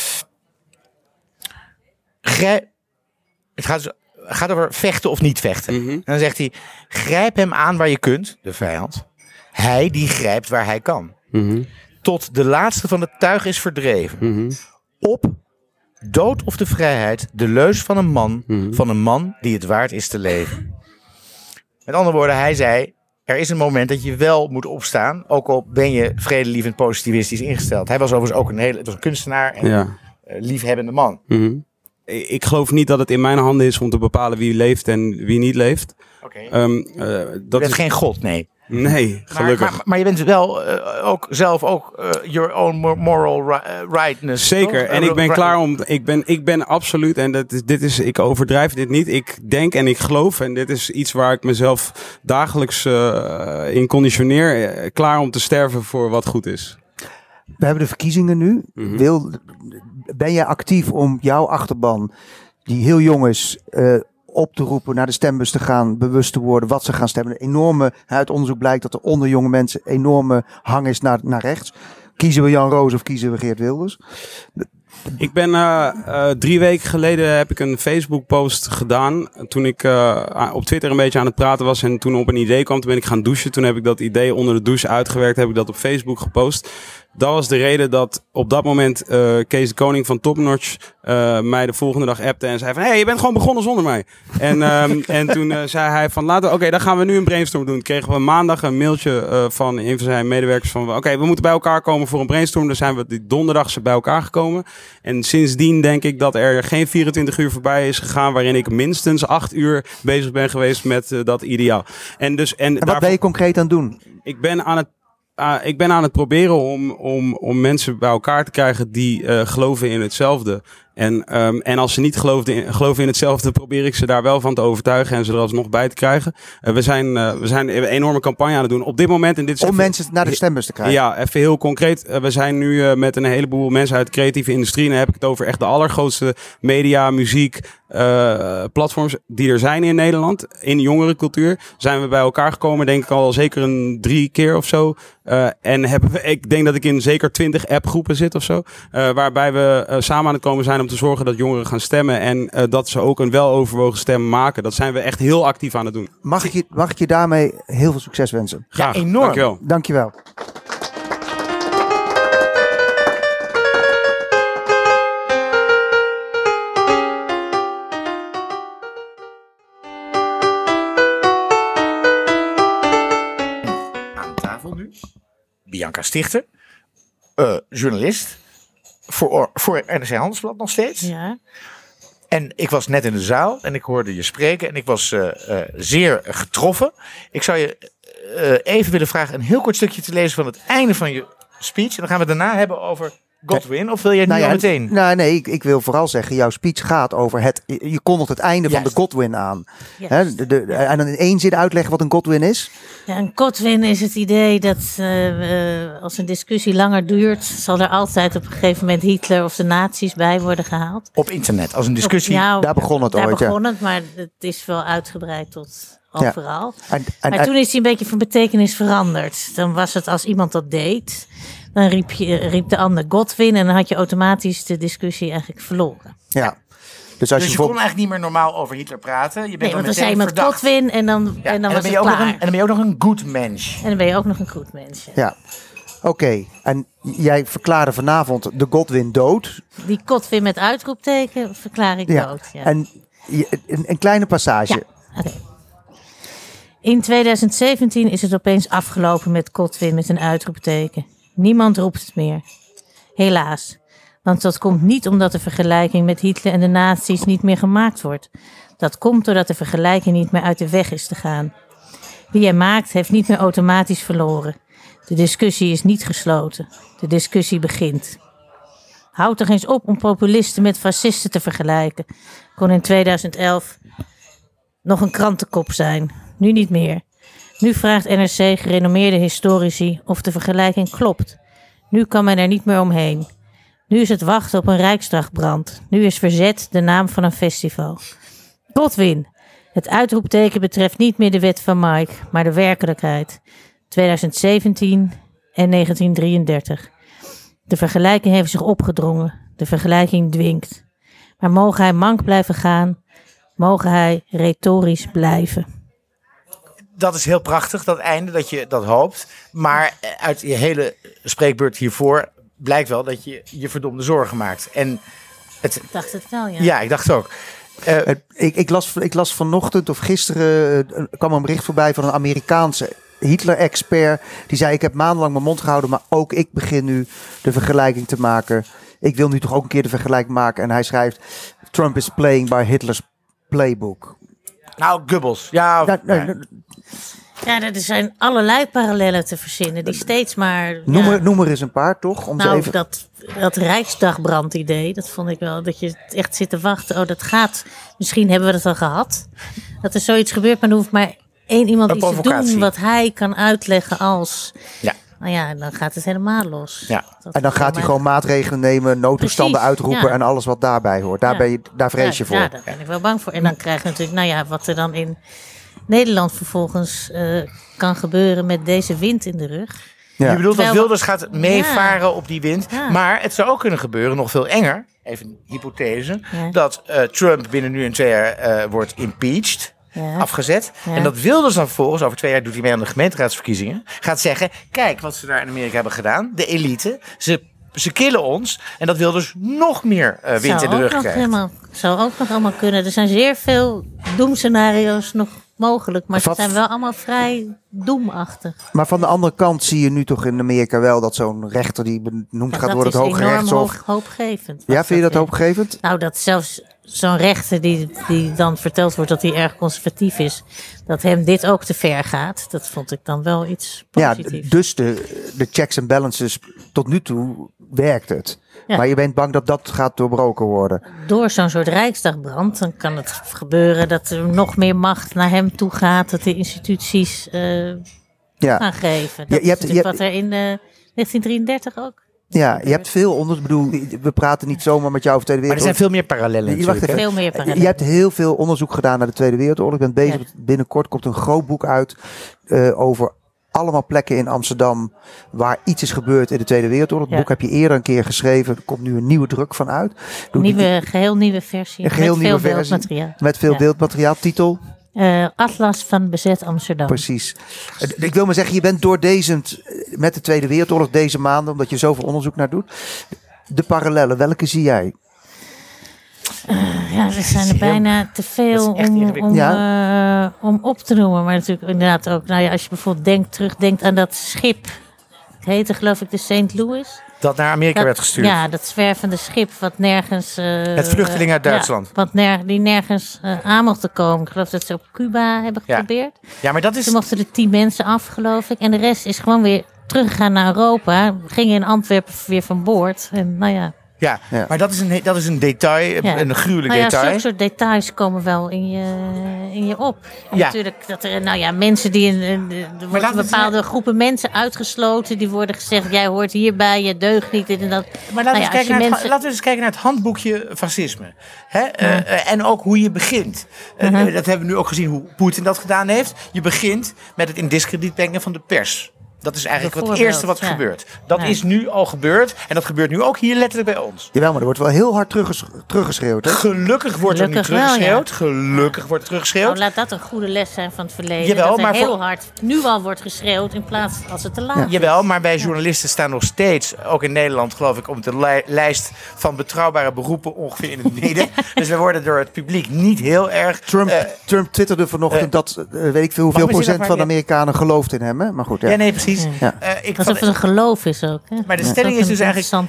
Het gaat over vechten of niet vechten. Mm-hmm. En dan zegt hij, grijp hem aan waar je kunt, de vijand. Hij die grijpt waar hij kan. Mm-hmm. Tot de laatste van het tuig is verdreven. Mm-hmm. Op, dood of de vrijheid, de leus van een man, mm-hmm. van een man die het waard is te leven. Met andere woorden, hij zei, er is een moment dat je wel moet opstaan, ook al ben je vredelievend positivistisch ingesteld. Hij was overigens ook het was een kunstenaar en liefhebbende man. Mm-hmm. Ik geloof niet dat het in mijn handen is om te bepalen wie leeft en wie niet leeft. Okay. Dat is geen god, nee. Nee, gelukkig. Maar je bent wel ook zelf your own moral rightness. Zeker. Toch? En ik ben klaar om. Ik ben absoluut. En ik overdrijf dit niet. Ik denk en ik geloof. En dit is iets waar ik mezelf dagelijks in conditioneer. Klaar om te sterven voor wat goed is. We hebben de verkiezingen nu. Mm-hmm. Ben jij actief om jouw achterban, die heel jong is, op te roepen, naar de stembus te gaan, bewust te worden wat ze gaan stemmen? Uit onderzoek blijkt dat er onder jonge mensen enorme hang is naar rechts. Kiezen we Jan Roos of kiezen we Geert Wilders? Ik ben 3 weken geleden heb ik een Facebook post gedaan. Toen ik op Twitter een beetje aan het praten was en toen op een idee kwam, toen ben ik gaan douchen. Toen heb ik dat idee onder de douche uitgewerkt, heb ik dat op Facebook gepost. Dat was de reden dat op dat moment Kees de Koning van Topnotch mij de volgende dag appte en zei van, hey, je bent gewoon begonnen zonder mij. En toen zei hij van, dan gaan we nu een brainstorm doen. Kregen we maandag een mailtje van een van zijn medewerkers van, we moeten bij elkaar komen voor een brainstorm. Dus zijn we die donderdag bij elkaar gekomen. En sindsdien denk ik dat er geen 24 uur voorbij is gegaan waarin ik minstens 8 uur bezig ben geweest met dat ideaal. En wat ben je concreet aan het doen? Ik ben aan het proberen om mensen bij elkaar te krijgen die geloven in hetzelfde. En als ze niet geloven in hetzelfde, probeer ik ze daar wel van te overtuigen en ze er alsnog bij te krijgen. We zijn een enorme campagne aan het doen op dit moment. En dit is om mensen naar de stembus te krijgen? Ja, even heel concreet. We zijn nu met een heleboel mensen uit de creatieve industrie. En dan heb ik het over echt de allergrootste media, muziek, platforms die er zijn in Nederland. In jongerencultuur zijn we bij elkaar gekomen, denk ik al zeker 3 keer of zo. Ik denk dat ik in zeker 20 appgroepen zit of zo. Waarbij we samen aan het komen zijn om te zorgen dat jongeren gaan stemmen. En dat ze ook een weloverwogen stem maken. Dat zijn we echt heel actief aan het doen. Mag ik je daarmee heel veel succes wensen? Graag. Ja, enorm. Dankjewel. Bianca Stichter, journalist voor NRC Handelsblad nog steeds. Ja. En ik was net in de zaal en ik hoorde je spreken en ik was zeer getroffen. Ik zou je even willen vragen een heel kort stukje te lezen van het einde van je speech. En dan gaan we het daarna hebben over Godwin. Of wil jij het nu al meteen? Nee, ik wil vooral zeggen, jouw speech gaat over je kondigt het einde van de Godwin aan. Juist. En dan in 1 zin uitleggen wat een Godwin is. Ja, een Godwin is het idee dat als een discussie langer duurt, zal er altijd op een gegeven moment Hitler of de nazi's bij worden gehaald. Op internet, als een discussie. Daar begon het daar ooit. begon het, maar het is wel uitgebreid tot overal. En Maar toen is hij een beetje van betekenis veranderd. Dan was het als iemand dat deed, dan riep de ander Godwin en dan had je automatisch de discussie eigenlijk verloren. Ja. Dus als Dus je kon eigenlijk niet meer normaal over Hitler praten. Je bent Nee, want dan meteen zei iemand verdacht. Godwin en dan was het klaar. En dan ben je ook nog een good mens. En dan ben je ook nog een goed mens. Ja. Oké. En jij verklaarde vanavond de Godwin dood. Die Godwin met uitroepteken verklaar ik dood. Ja. En een kleine passage. Ja, oké. In 2017 is het opeens afgelopen met Godwin met een uitroepteken. Niemand roept het meer. Helaas. Want dat komt niet omdat de vergelijking met Hitler en de nazi's niet meer gemaakt wordt. Dat komt doordat de vergelijking niet meer uit de weg is te gaan. Wie hij maakt, heeft niet meer automatisch verloren. De discussie is niet gesloten. De discussie begint. Houd toch eens op om populisten met fascisten te vergelijken. Kon in 2011 nog een krantenkop zijn. Nu niet meer. Nu vraagt NRC gerenommeerde historici of de vergelijking klopt. Nu kan men er niet meer omheen. Nu is het wachten op een Rijksdagbrand. Nu is verzet de naam van een festival. Godwin. Het uitroepteken betreft niet meer de wet van Mike, maar de werkelijkheid. 2017 en 1933. De vergelijking heeft zich opgedrongen. De vergelijking dwingt. Maar mogen hij mank blijven gaan? Mogen hij retorisch blijven? Dat is heel prachtig, dat einde, dat je dat hoopt. Maar uit je hele spreekbeurt hiervoor blijkt wel dat je je verdomde zorgen maakt. En Ik dacht het wel, ja. Ja, ik dacht ook. Ik las vanochtend of gisteren kwam een bericht voorbij van een Amerikaanse Hitler-expert. Die zei, ik heb maandenlang mijn mond gehouden, maar ook ik begin nu de vergelijking te maken. Ik wil nu toch ook een keer de vergelijking maken. En hij schrijft, Trump is playing by Hitler's playbook. Nou, Goebbels. Ja, Ja, er zijn allerlei parallellen te verzinnen die steeds maar... Noem er eens een paar, toch? Om Nou, even... dat Rijksdagbrand-idee, dat vond ik wel, dat je echt zit te wachten. Oh, dat gaat. Misschien hebben we dat al gehad. Dat er zoiets gebeurt, maar er hoeft maar één iemand Een iets te provocatie. doen wat hij kan uitleggen als... Ja. Nou ja, dan gaat het helemaal los. Ja. En dan gaat hij gewoon maatregelen nemen, noodtoestanden Precies, uitroepen ja. en alles wat daarbij hoort. Daar vrees je voor. Ja, daar ben ik wel bang voor. En dan krijg je natuurlijk, nou ja, wat er dan in Nederland vervolgens kan gebeuren met deze wind in de rug. Ja. Je bedoelt dat Terwijl- Wilders gaat meevaren op die wind. Ja. Maar het zou ook kunnen gebeuren, nog veel enger, even een hypothese, Ja. dat Trump binnen nu en 2 jaar wordt impeached. Ja. Afgezet. Ja. En dat Wilders dan vervolgens, over 2 jaar doet hij mee aan de gemeenteraadsverkiezingen, gaat zeggen, kijk wat ze daar in Amerika hebben gedaan. De elite, ze killen ons. En dat Wilders nog meer wind in de rug krijgt. Zou ook nog allemaal kunnen. Er zijn zeer veel doemscenario's nog mogelijk. Maar ze Wat- zijn wel allemaal vrij doemachtig. Maar van de andere kant zie je nu toch in Amerika wel dat zo'n rechter die benoemd gaat Dat worden, is het Hoge enorm Rechtshof. hoopgevend. Ja, was vind je dat weer. hoopgevend? Nou, dat zelfs zo'n rechter die dan verteld wordt dat hij erg conservatief is, dat hem dit ook te ver gaat, dat vond ik dan wel iets Ja, positiefs. dus de checks en balances tot nu toe werkt het. Ja. Maar je bent bang dat dat gaat doorbroken worden. Door zo'n soort Rijksdagbrand, dan kan het gebeuren dat er nog meer macht naar hem toe gaat, dat de instituties Ja, gaan geven. Je Dat is hebt- natuurlijk je wat er in 1933 ook. ja, je hebt veel onderzoek. Ik bedoel, we praten niet zomaar met jou over de Tweede Maar er Wereldoorlog. zijn veel meer parallellen Wacht natuurlijk. even. Veel meer parallellen. Je hebt heel veel onderzoek gedaan naar de Tweede Wereldoorlog. Ik ben bezig. Ja. Binnenkort komt een groot boek uit over allemaal plekken in Amsterdam waar iets is gebeurd in de Tweede Wereldoorlog. Het Ja. boek heb je eerder een keer geschreven. Er komt nu een nieuwe druk van uit. Geheel nieuwe versie. Een geheel met nieuwe veel versie. beeldmateriaal. Met veel Ja. beeldmateriaal. Titel? Atlas van bezet Amsterdam. Precies. Ik wil maar zeggen, je bent doordezend met de Tweede Wereldoorlog deze maanden, omdat je zoveel onderzoek naar doet. De parallellen, welke zie jij? Ja, er zijn er bijna te veel dat is echt ingewikkeld. om op te noemen. Maar natuurlijk inderdaad ook, nou ja, als je bijvoorbeeld terugdenkt aan dat schip heette geloof ik de St. Louis. Dat naar Amerika werd gestuurd. Ja, dat zwervende schip wat nergens... Het vluchteling uit Duitsland. Die nergens aan mochten komen. Ik geloof dat ze op Cuba hebben geprobeerd. Ja, maar dat is... Toen mochten er 10 mensen af, geloof ik. En de rest is gewoon weer teruggegaan naar Europa. Gingen in Antwerpen weer van boord. En nou ja... Ja, maar dat is een detail, een gruwelijk detail. Zulke soort details komen wel in je op. En natuurlijk dat er mensen die... Er worden bepaalde groepen mensen uitgesloten. Die worden gezegd, jij hoort hierbij, je deugt niet. Dit en dat. Maar laten we eens kijken naar het handboekje fascisme. En ook hoe je begint. Dat hebben we nu ook gezien hoe Poetin dat gedaan heeft. Je begint met het in diskrediet brengen van de pers. Dat is eigenlijk het eerste wat er gebeurt. Dat is nu al gebeurd. En dat gebeurt nu ook hier letterlijk bij ons. Jawel, maar er wordt wel heel hard teruggeschreeuwd. Hè? Gelukkig wordt er nu teruggeschreeuwd. Gelukkig wordt er teruggeschreeuwd. Nou, laat dat een goede les zijn van het verleden. Jawel, dat er maar heel hard nu al wordt geschreeuwd in plaats als het te laat is. Jawel, maar wij journalisten staan nog steeds, ook in Nederland geloof ik, op de lijst van betrouwbare beroepen ongeveer in het midden. Dus we worden door het publiek niet heel erg... Trump twitterde vanochtend dat weet ik veel hoeveel procent van de Amerikanen gelooft in hem. Hè? Maar goed, ja, nee, precies. Ja. Alsof het een geloof is ook. Hè? Maar de stelling is dus eigenlijk...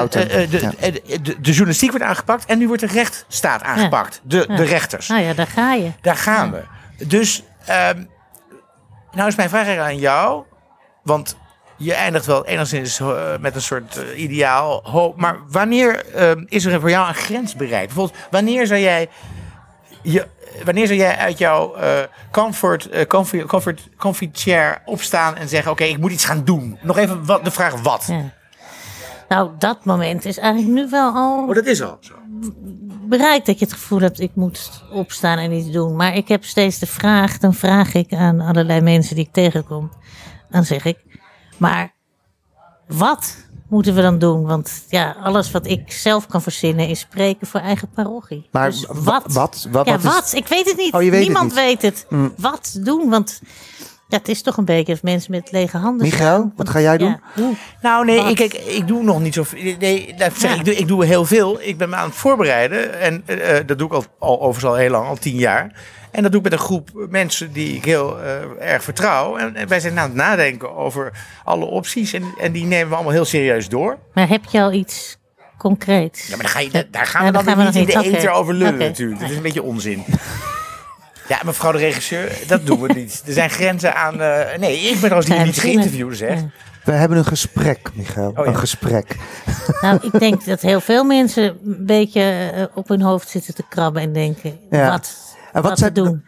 De journalistiek wordt aangepakt en nu wordt de rechtsstaat aangepakt. De rechters. Nou ja, daar ga je. Daar gaan we. Dus, nou is mijn vraag aan jou. Want je eindigt wel enigszins met een soort ideaal hoop. Maar wanneer is er voor jou een grens bereikt? Bijvoorbeeld, wanneer zou jij uit jouw comfy chair opstaan en zeggen... Oké, ik moet iets gaan doen. Nog even de vraag wat? Ja. Nou, dat moment is eigenlijk nu wel al... Oh, dat is al zo. Bereikt dat je het gevoel hebt, ik moet opstaan en iets doen. Maar ik heb steeds de vraag, dan vraag ik aan allerlei mensen die ik tegenkom. Dan zeg ik, maar wat moeten we dan doen? Want ja, alles wat ik zelf kan verzinnen is spreken voor eigen parochie. Maar dus wat? Wat? Ik weet het niet. Oh, Niemand weet het. Wat doen? Want het is toch een beetje of mensen met lege handen Michael, wat ga jij doen? Ja, nou nee, ik doe nog niet zo veel. Nee, ik doe heel veel. Ik ben me aan het voorbereiden. En dat doe ik al overigens al heel lang, al 10 jaar. En dat doe ik met een groep mensen die ik heel erg vertrouw. En wij zijn aan het nadenken over alle opties. En die nemen we allemaal heel serieus door. Maar heb je al iets concreets? Ja, maar daar gaan we dan niet in de ether over lullen natuurlijk. Dat is een beetje onzin. Ja, mevrouw de regisseur, dat doen we niet. Er zijn grenzen aan... nee, ik ben trouwens niet geïnterviewd, zeg. Ja. We hebben een gesprek, Michael. Een gesprek. Nou, ik denk dat heel veel mensen een beetje op hun hoofd zitten te krabben en denken... Wat zijn doen?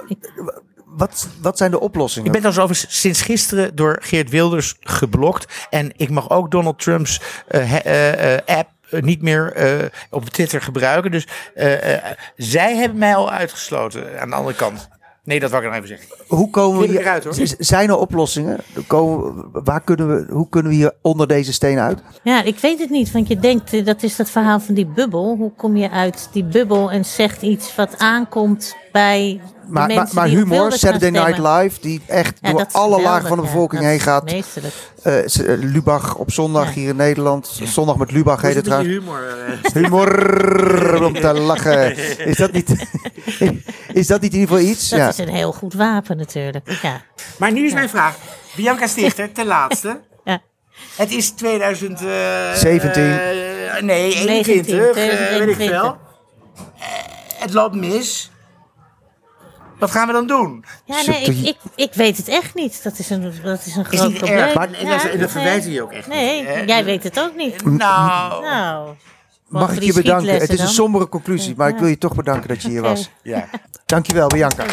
Wat zijn de oplossingen? Ik ben trouwens overigens sinds gisteren door Geert Wilders geblokt. En ik mag ook Donald Trumps app niet meer op Twitter gebruiken. Dus zij hebben mij al uitgesloten aan de andere kant. Nee, dat wil ik nog even zeggen. Hoe komen we hieruit, hoor? Zijn er oplossingen? Hoe kunnen we hier onder deze steen uit? Ja, ik weet het niet. Want je denkt, dat is dat verhaal van die bubbel. Hoe kom je uit die bubbel en zegt iets wat aankomt bij de mensen maar die humor, Saturday Night Live, die echt door alle lagen van de bevolking heen gaat. Lubach op zondag hier in Nederland. Zondag met Lubach heet het trouwens. Humor om te lachen. Is dat niet in ieder geval iets? Dat is een heel goed wapen natuurlijk. Ja. Maar nu is mijn vraag. Bianca Stichter, ten laatste. Ja. Het is 2017. Nee, 21. Weet ik veel. Het loopt mis. Wat gaan we dan doen? Ja, nee, ik weet het echt niet. Dat is een groot probleem. Erg, maar dat verwijten je ook echt niet. Nee, jij weet het ook niet. Nou. Mag ik je bedanken? Het is een sombere conclusie, maar ik wil je toch bedanken dat je hier was. Ja. Dankjewel, Bianca.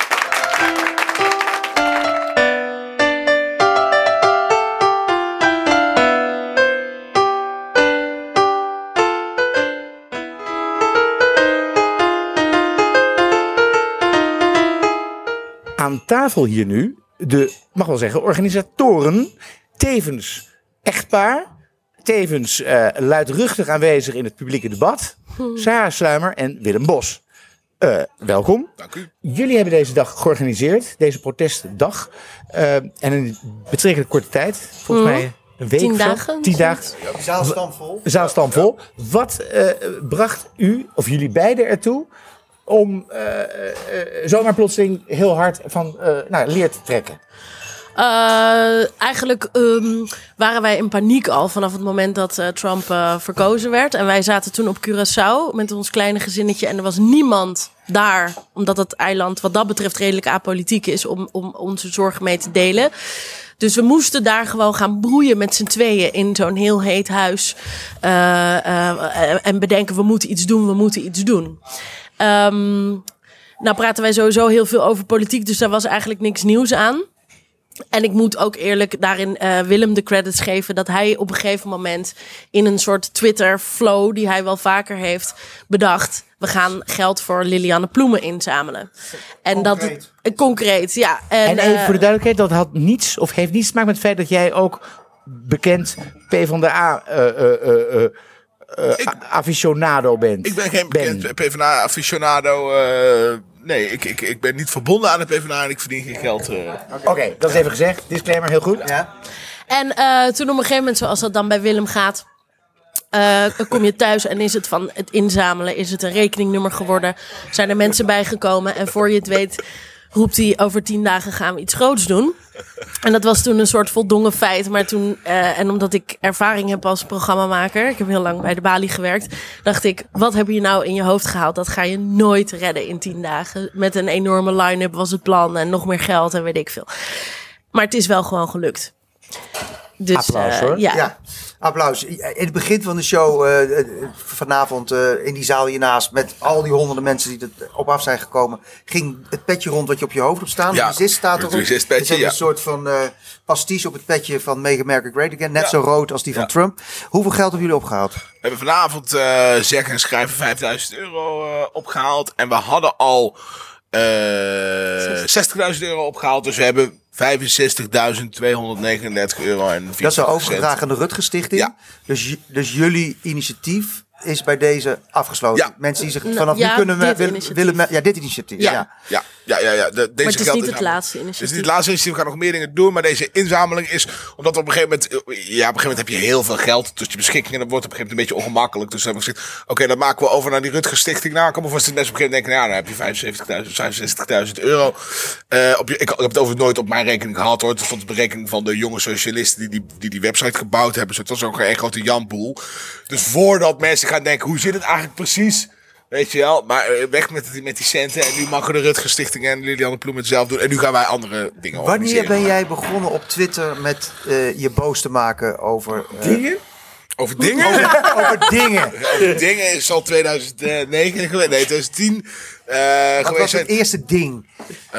Aan tafel hier nu mag wel zeggen, organisatoren, tevens echtpaar, tevens luidruchtig aanwezig in het publieke debat, Sarah Sluimer en Willem Bos. Welkom. Dank u. Jullie hebben deze dag georganiseerd, deze protestdag. En in een betrekkelijk korte tijd, volgens mij een week 10 dagen. 10 dagen. Zaal stampvol. Wat bracht u, of jullie beiden ertoe, om zomaar plotseling heel hard van leer te trekken? Eigenlijk waren wij in paniek al vanaf het moment dat Trump verkozen werd. En wij zaten toen op Curaçao met ons kleine gezinnetje. En er was niemand daar, omdat het eiland wat dat betreft redelijk apolitiek is, om onze zorgen mee te delen. Dus we moesten daar gewoon gaan broeien met z'n tweeën in zo'n heel heet huis. En bedenken, we moeten iets doen. Nou praten wij sowieso heel veel over politiek, dus daar was eigenlijk niks nieuws aan. En ik moet ook eerlijk daarin Willem de credits geven dat hij op een gegeven moment in een soort Twitter-flow die hij wel vaker heeft bedacht, we gaan geld voor Lilianne Ploemen inzamelen. En concreet. Concreet, ja. En even voor de duidelijkheid, dat had niets of heeft niets te maken met het feit dat jij ook bekend PvdA aficionado bent. Ik ben geen bekend PvdA aficionado. Nee, ik ben niet verbonden aan de PvdA en ik verdien geen geld. Oké, dat is even gezegd. Disclaimer, heel goed. Ja. En toen op een gegeven moment, zoals dat dan bij Willem gaat, kom je thuis en is het van het inzamelen, is het een rekeningnummer geworden, zijn er mensen bijgekomen en voor je het weet roept hij, over 10 dagen gaan we iets groots doen. En dat was toen een soort voldongen feit. Maar toen, en omdat ik ervaring heb als programmamaker, ik heb heel lang bij de Bali gewerkt, dacht ik, wat heb je nou in je hoofd gehaald? Dat ga je nooit redden in 10 dagen. Met een enorme line-up was het plan en nog meer geld en weet ik veel. Maar het is wel gewoon gelukt. Dus, applaus hoor. Ja, applaus. In het begin van de show vanavond in die zaal hiernaast met al die honderden mensen die er op af zijn gekomen, ging het petje rond wat je op je hoofd op staan. Ja, de resist staat erop. Het is een soort van pastiche op het petje van Make America Great Again. Net zo rood als die van Trump. Hoeveel geld hebben jullie opgehaald? We hebben vanavond zeggen en schrijven €5.000 opgehaald. En we hadden al €60.000 opgehaald. Dus we hebben €65.239 en 4 Dat is overgedragen aan de Rutger Stichting. Ja. Dus jullie initiatief is bij deze afgesloten. Ja. Mensen die zich vanaf nu kunnen willen. Ja, dit initiatief. Ja. Ja. Maar het is niet het laatste initiatief. Het is niet het laatste initiatief. We gaan nog meer dingen doen. Maar deze inzameling is omdat op een gegeven moment heb je heel veel geld tot je beschikking. En dat wordt op een gegeven moment een beetje ongemakkelijk. Dus dan hebben we gezegd, oké, dan maken we over naar die Rutger Stichting. Nou, kom maar voor mensen op een gegeven moment denken, nou, dan heb je €65.000. Ik heb het over nooit op mijn rekening gehad hoor. Het stond op de rekening van de jonge socialisten die website gebouwd hebben. Dus het was ook een grote janboel. Dus voordat mensen gaan denken, hoe zit het eigenlijk precies? Weet je wel, maar weg met die centen. En nu mogen de Rutger Stichting en Lilianne Ploemen het zelf doen. En nu gaan wij andere dingen organiseren. Wanneer ben jij begonnen op Twitter met je boos te maken over... Dingen? Over dingen? Over dingen. Over dingen is al 2009 geweest. Nee, 2010. Wat was het eerste ding?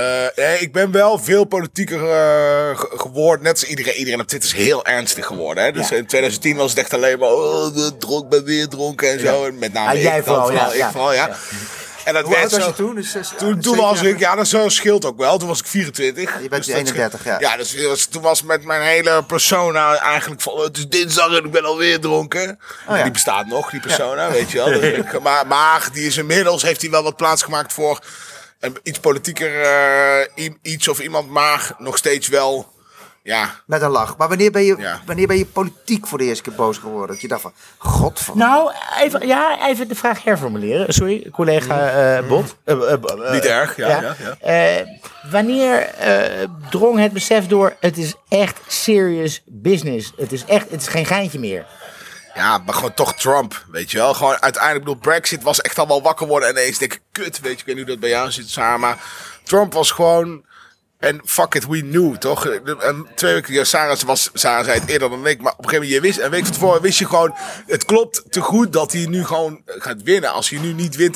Ik ben wel veel politieker geworden. Net als iedereen op Twitter is heel ernstig geworden. Hè? Dus in 2010 was het echt alleen maar ben weer dronken en zo. En met name jij vooral. Ja. En dat Hoe oud was je toen? Dus toen was ik, dat scheelt ook wel. Toen was ik 24. Je bent dus 31, ja. Ja, dus toen was met mijn hele persona eigenlijk van, het is dinsdag en ik ben alweer dronken. Die bestaat nog, die persona, weet je wel. Dus maar die is inmiddels, heeft hij wel wat plaats gemaakt voor een iets politieker iets of iemand, maar nog steeds wel... Ja. Met een lach. Maar wanneer ben je politiek voor de eerste keer boos geworden? Dat je dacht van, godverdomme. Nou, even de vraag herformuleren. Sorry, collega Bot. Niet erg, ja. Wanneer drong het besef door, het is echt serious business. Het is geen geintje meer. Ja, maar gewoon toch Trump, weet je wel. Gewoon uiteindelijk, Brexit was echt al wel wakker worden. En ineens denk ik, kut, weet je, ik weet niet hoe dat bij jou zit samen. Maar Trump was gewoon... En fuck it, we knew, toch? En 2 weken, Sarah zei het eerder dan ik, maar op een gegeven moment, een week van tevoren wist je gewoon, het klopt te goed dat hij nu gewoon gaat winnen. Als hij nu niet wint,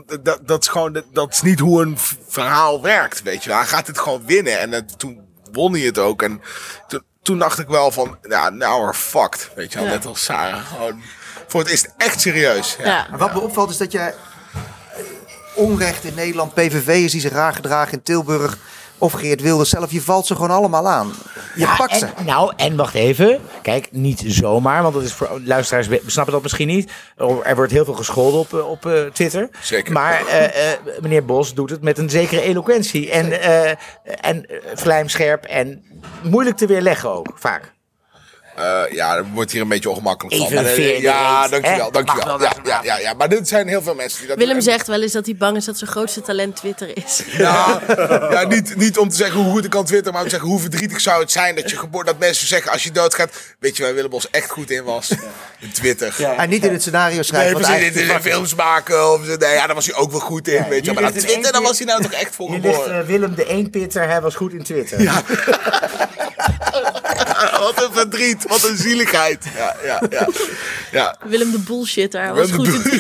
dat is niet hoe een verhaal werkt, weet je wel. Hij gaat het gewoon winnen en toen won hij het ook. En toen dacht ik wel van, ja, now we're fucked, weet je wel. Net als Sarah, gewoon, voor het is echt serieus. Ja. En wat me opvalt is dat jij onrecht in Nederland, PVV'ers die zich raar gedragen in Tilburg... Of Geert Wilders zelf, je valt ze gewoon allemaal aan. Je pakt ze. En wacht even. Kijk, niet zomaar, want dat is voor luisteraars snappen dat misschien niet. Er wordt heel veel gescholden op Twitter. Zeker. Maar meneer Bos doet het met een zekere eloquentie. En vlijmscherp en moeilijk te weerleggen ook, vaak. Dan wordt hier een beetje ongemakkelijk van. Even Maar, veer in de ja, reet, dankjewel. hè? dankjewel. Mag wel, Ja, maar dit zijn heel veel mensen die dat Willem doen. zegt wel eens dat hij bang is dat zijn grootste talent Twitter is. Ja, niet om te zeggen hoe goed ik kan twitteren, maar om te zeggen hoe verdrietig zou het zijn dat mensen zeggen als je doodgaat. Weet je waar Willem Bos echt goed in was? In Twitter. Ja. En niet in het scenario schrijven. Nee, precies, in films maken. Of zo. Nee, daar was hij ook wel goed in. Weet je. Maar dat Twitter, daar was hij nou toch echt voor geboren. Willem de eenpitter, hij was goed in Twitter. Ja. Wat een verdriet, wat een zieligheid. Ja. Willem de bullshitter, was goed in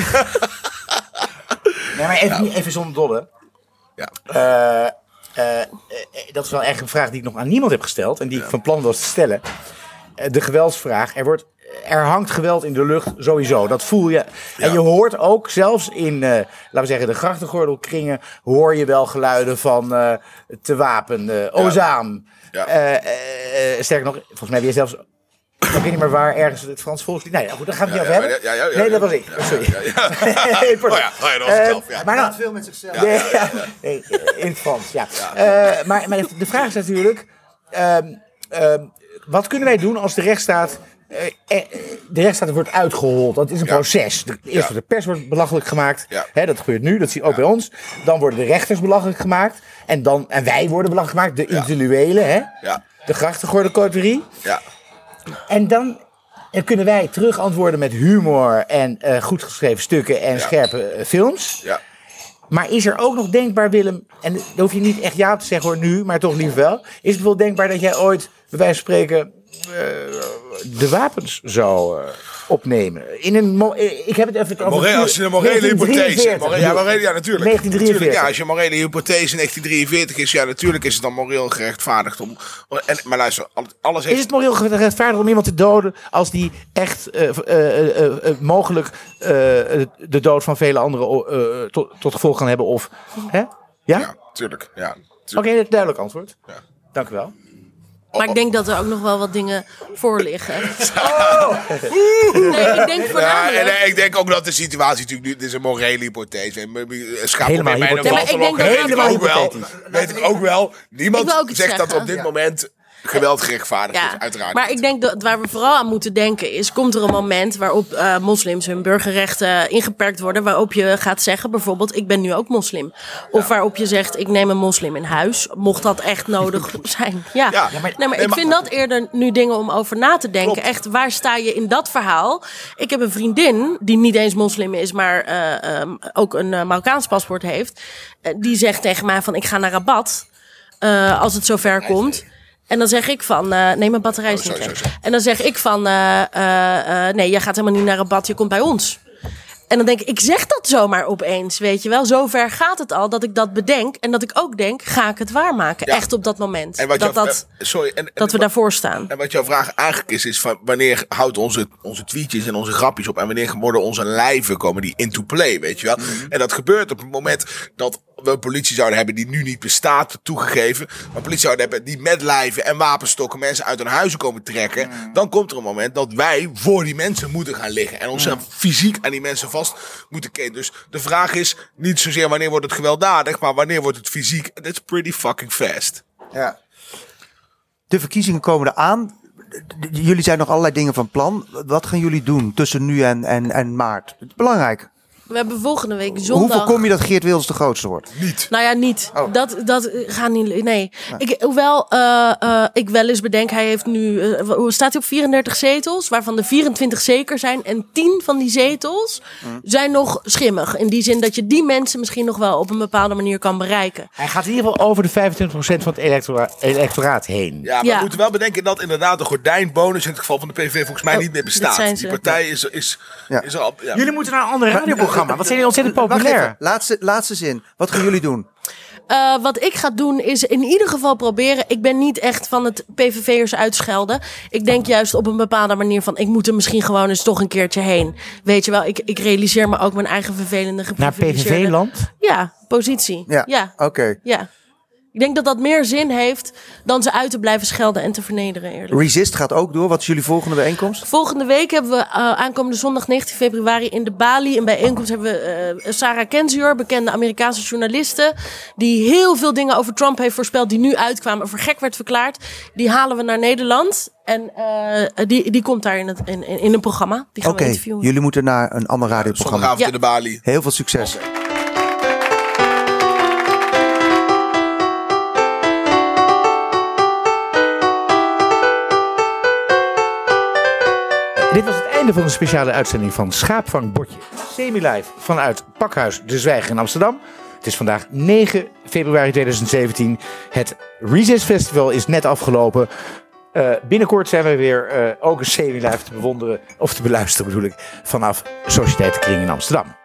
Nee, maar even zonder dolle. Ja. Dat is wel echt een vraag die ik nog aan niemand heb gesteld. En die ik van plan was te stellen. De geweldsvraag. Er hangt geweld in de lucht sowieso. Dat voel je. Ja. En je hoort ook zelfs in, laten we zeggen, de grachtengordelkringen hoor je wel geluiden van te wapen, Ozaan. Ja. Sterker nog, volgens mij heb je zelfs... Ik weet niet meer waar, ergens het Frans volkslied. Nee, goed, daar gaan we het niet over hebben. Nee, dat was ik. Sorry. Dat was het zelf. Maar nou, veel met zichzelf. Nee, in het Frans, ja. Maar de vraag is natuurlijk... wat kunnen wij doen als de rechtsstaat... de rechtsstaat wordt uitgehold. Dat is een proces. Eerst wordt de pers wordt belachelijk gemaakt. Ja. Hè, dat gebeurt nu, dat zie je ook bij ons. Dan worden de rechters belachelijk gemaakt. En wij worden belachelijk gemaakt. De intellectuelen, hè? Ja. De grachtengordelcoterie. Ja. En dan kunnen wij terug antwoorden met humor en goed geschreven stukken en scherpe films. Ja. Maar is er ook nog denkbaar, Willem, en daar hoef je niet echt ja te zeggen hoor nu, maar toch liever wel. Is het bijvoorbeeld denkbaar dat jij ooit, bij wijze van spreken, de wapens zou opnemen? Ik heb het even over... Als je een morele hypothese... Ja, natuurlijk. 1943. Ja, als je een morele hypothese in 1943 is, ja, natuurlijk is het dan moreel gerechtvaardigd om... Maar luister, alles heeft... Is het moreel gerechtvaardigd om iemand te doden als die echt mogelijk de dood van vele anderen tot gevolg kan hebben? Of, hè? Ja, tuurlijk. Ja, Oké, duidelijk antwoord. Ja. Dank u wel. Maar ik denk dat er ook nog wel wat dingen voor liggen. Nee, ik denk voornamelijk... Nee, ik denk ook dat de situatie natuurlijk nu... Dit is een morele hypothese. Helemaal hypothetisch. Weet ik ook wel. Niemand zegt dat op dit moment... geweld gerechtvaardigd is, uiteraard. Maar ik denk dat waar we vooral aan moeten denken is... komt er een moment waarop moslims hun burgerrechten ingeperkt worden... waarop je gaat zeggen bijvoorbeeld... ik ben nu ook moslim. Of waarop je zegt... ik neem een moslim in huis. Mocht dat echt nodig zijn. Ja. Maar ik vind dat eerder nu dingen om over na te denken. Klopt. Echt, waar sta je in dat verhaal? Ik heb een vriendin die niet eens moslim is... maar ook een Marokkaans paspoort heeft. Die zegt tegen mij van... ik ga naar Rabat als het zover komt... En dan zeg ik van, nee, mijn batterij is niet weg. En dan zeg ik van, nee, jij gaat helemaal niet naar Rabat, je komt bij ons. En dan denk ik zeg dat zomaar opeens, weet je wel. Zover gaat het al dat ik dat bedenk. En dat ik ook denk, ga ik het waarmaken? Ja. Echt op dat moment. En dat we daarvoor staan. En wat jouw vraag eigenlijk is van wanneer houdt onze tweetjes en onze grapjes op? En wanneer worden onze lijven komen die into play, weet je wel? Mm-hmm. En dat gebeurt op het moment dat we een politie zouden hebben die nu niet bestaat, toegegeven. Maar een politie zouden hebben die met lijven en wapenstokken mensen uit hun huizen komen trekken. Mm. Dan komt er een moment dat wij voor die mensen moeten gaan liggen. En ons fysiek aan die mensen vast moeten keten. Dus de vraag is niet zozeer wanneer wordt het gewelddadig, maar wanneer wordt het fysiek. En that's pretty fucking fast. Ja. De verkiezingen komen eraan. Jullie zijn nog allerlei dingen van plan. Wat gaan jullie doen tussen nu en maart? Het is belangrijk. We hebben volgende week zondag... Hoe voorkom je dat Geert Wilders de grootste wordt? Niet. Nou ja, niet. Oh. Dat gaat niet... Nee. Hoewel ik wel eens bedenk... Hij heeft nu... staat hij op 34 zetels? Waarvan de 24 zeker zijn. En 10 van die zetels zijn nog schimmig. In die zin dat je die mensen misschien nog wel op een bepaalde manier kan bereiken. Hij gaat in ieder geval over de 25% van het electoraat heen. Ja, maar we moeten wel bedenken dat inderdaad de gordijnbonus... in het geval van de PVV volgens mij niet meer bestaat. Die partij is er al... Ja. Jullie moeten naar een andere radioprogramma. Wat zijn jullie ontzettend populair? Laatste zin. Wat gaan jullie doen? Wat ik ga doen is in ieder geval proberen... Ik ben niet echt van het PVV'ers uitschelden. Ik denk juist op een bepaalde manier van... ik moet er misschien gewoon eens toch een keertje heen. Weet je wel, ik realiseer me ook mijn eigen vervelende... Naar PVV-land? Ja, positie. Ja. Oké. Ja. Ik denk dat dat meer zin heeft dan ze uit te blijven schelden en te vernederen, eerlijk. Resist gaat ook door. Wat is jullie volgende bijeenkomst? Volgende week hebben we aankomende zondag 19 februari in de Bali. Een bijeenkomst hebben we Sarah Kendzior, bekende Amerikaanse journaliste, die heel veel dingen over Trump heeft voorspeld die nu uitkwamen en voor gek werd verklaard. Die halen we naar Nederland en die komt daar in een programma. Die gaan we interviewen. Jullie moeten naar een ander radioprogramma. Zondagavond in de Bali. Heel veel succes. Dit was het einde van een speciale uitzending van Schaapvang Botje. Semi-live vanuit Pakhuis De Zwijger in Amsterdam. Het is vandaag 9 februari 2017. Het Resist Festival is net afgelopen. Binnenkort zijn we weer ook een semi-live te bewonderen, of te beluisteren bedoel ik, vanaf Sociëteitenkring in Amsterdam.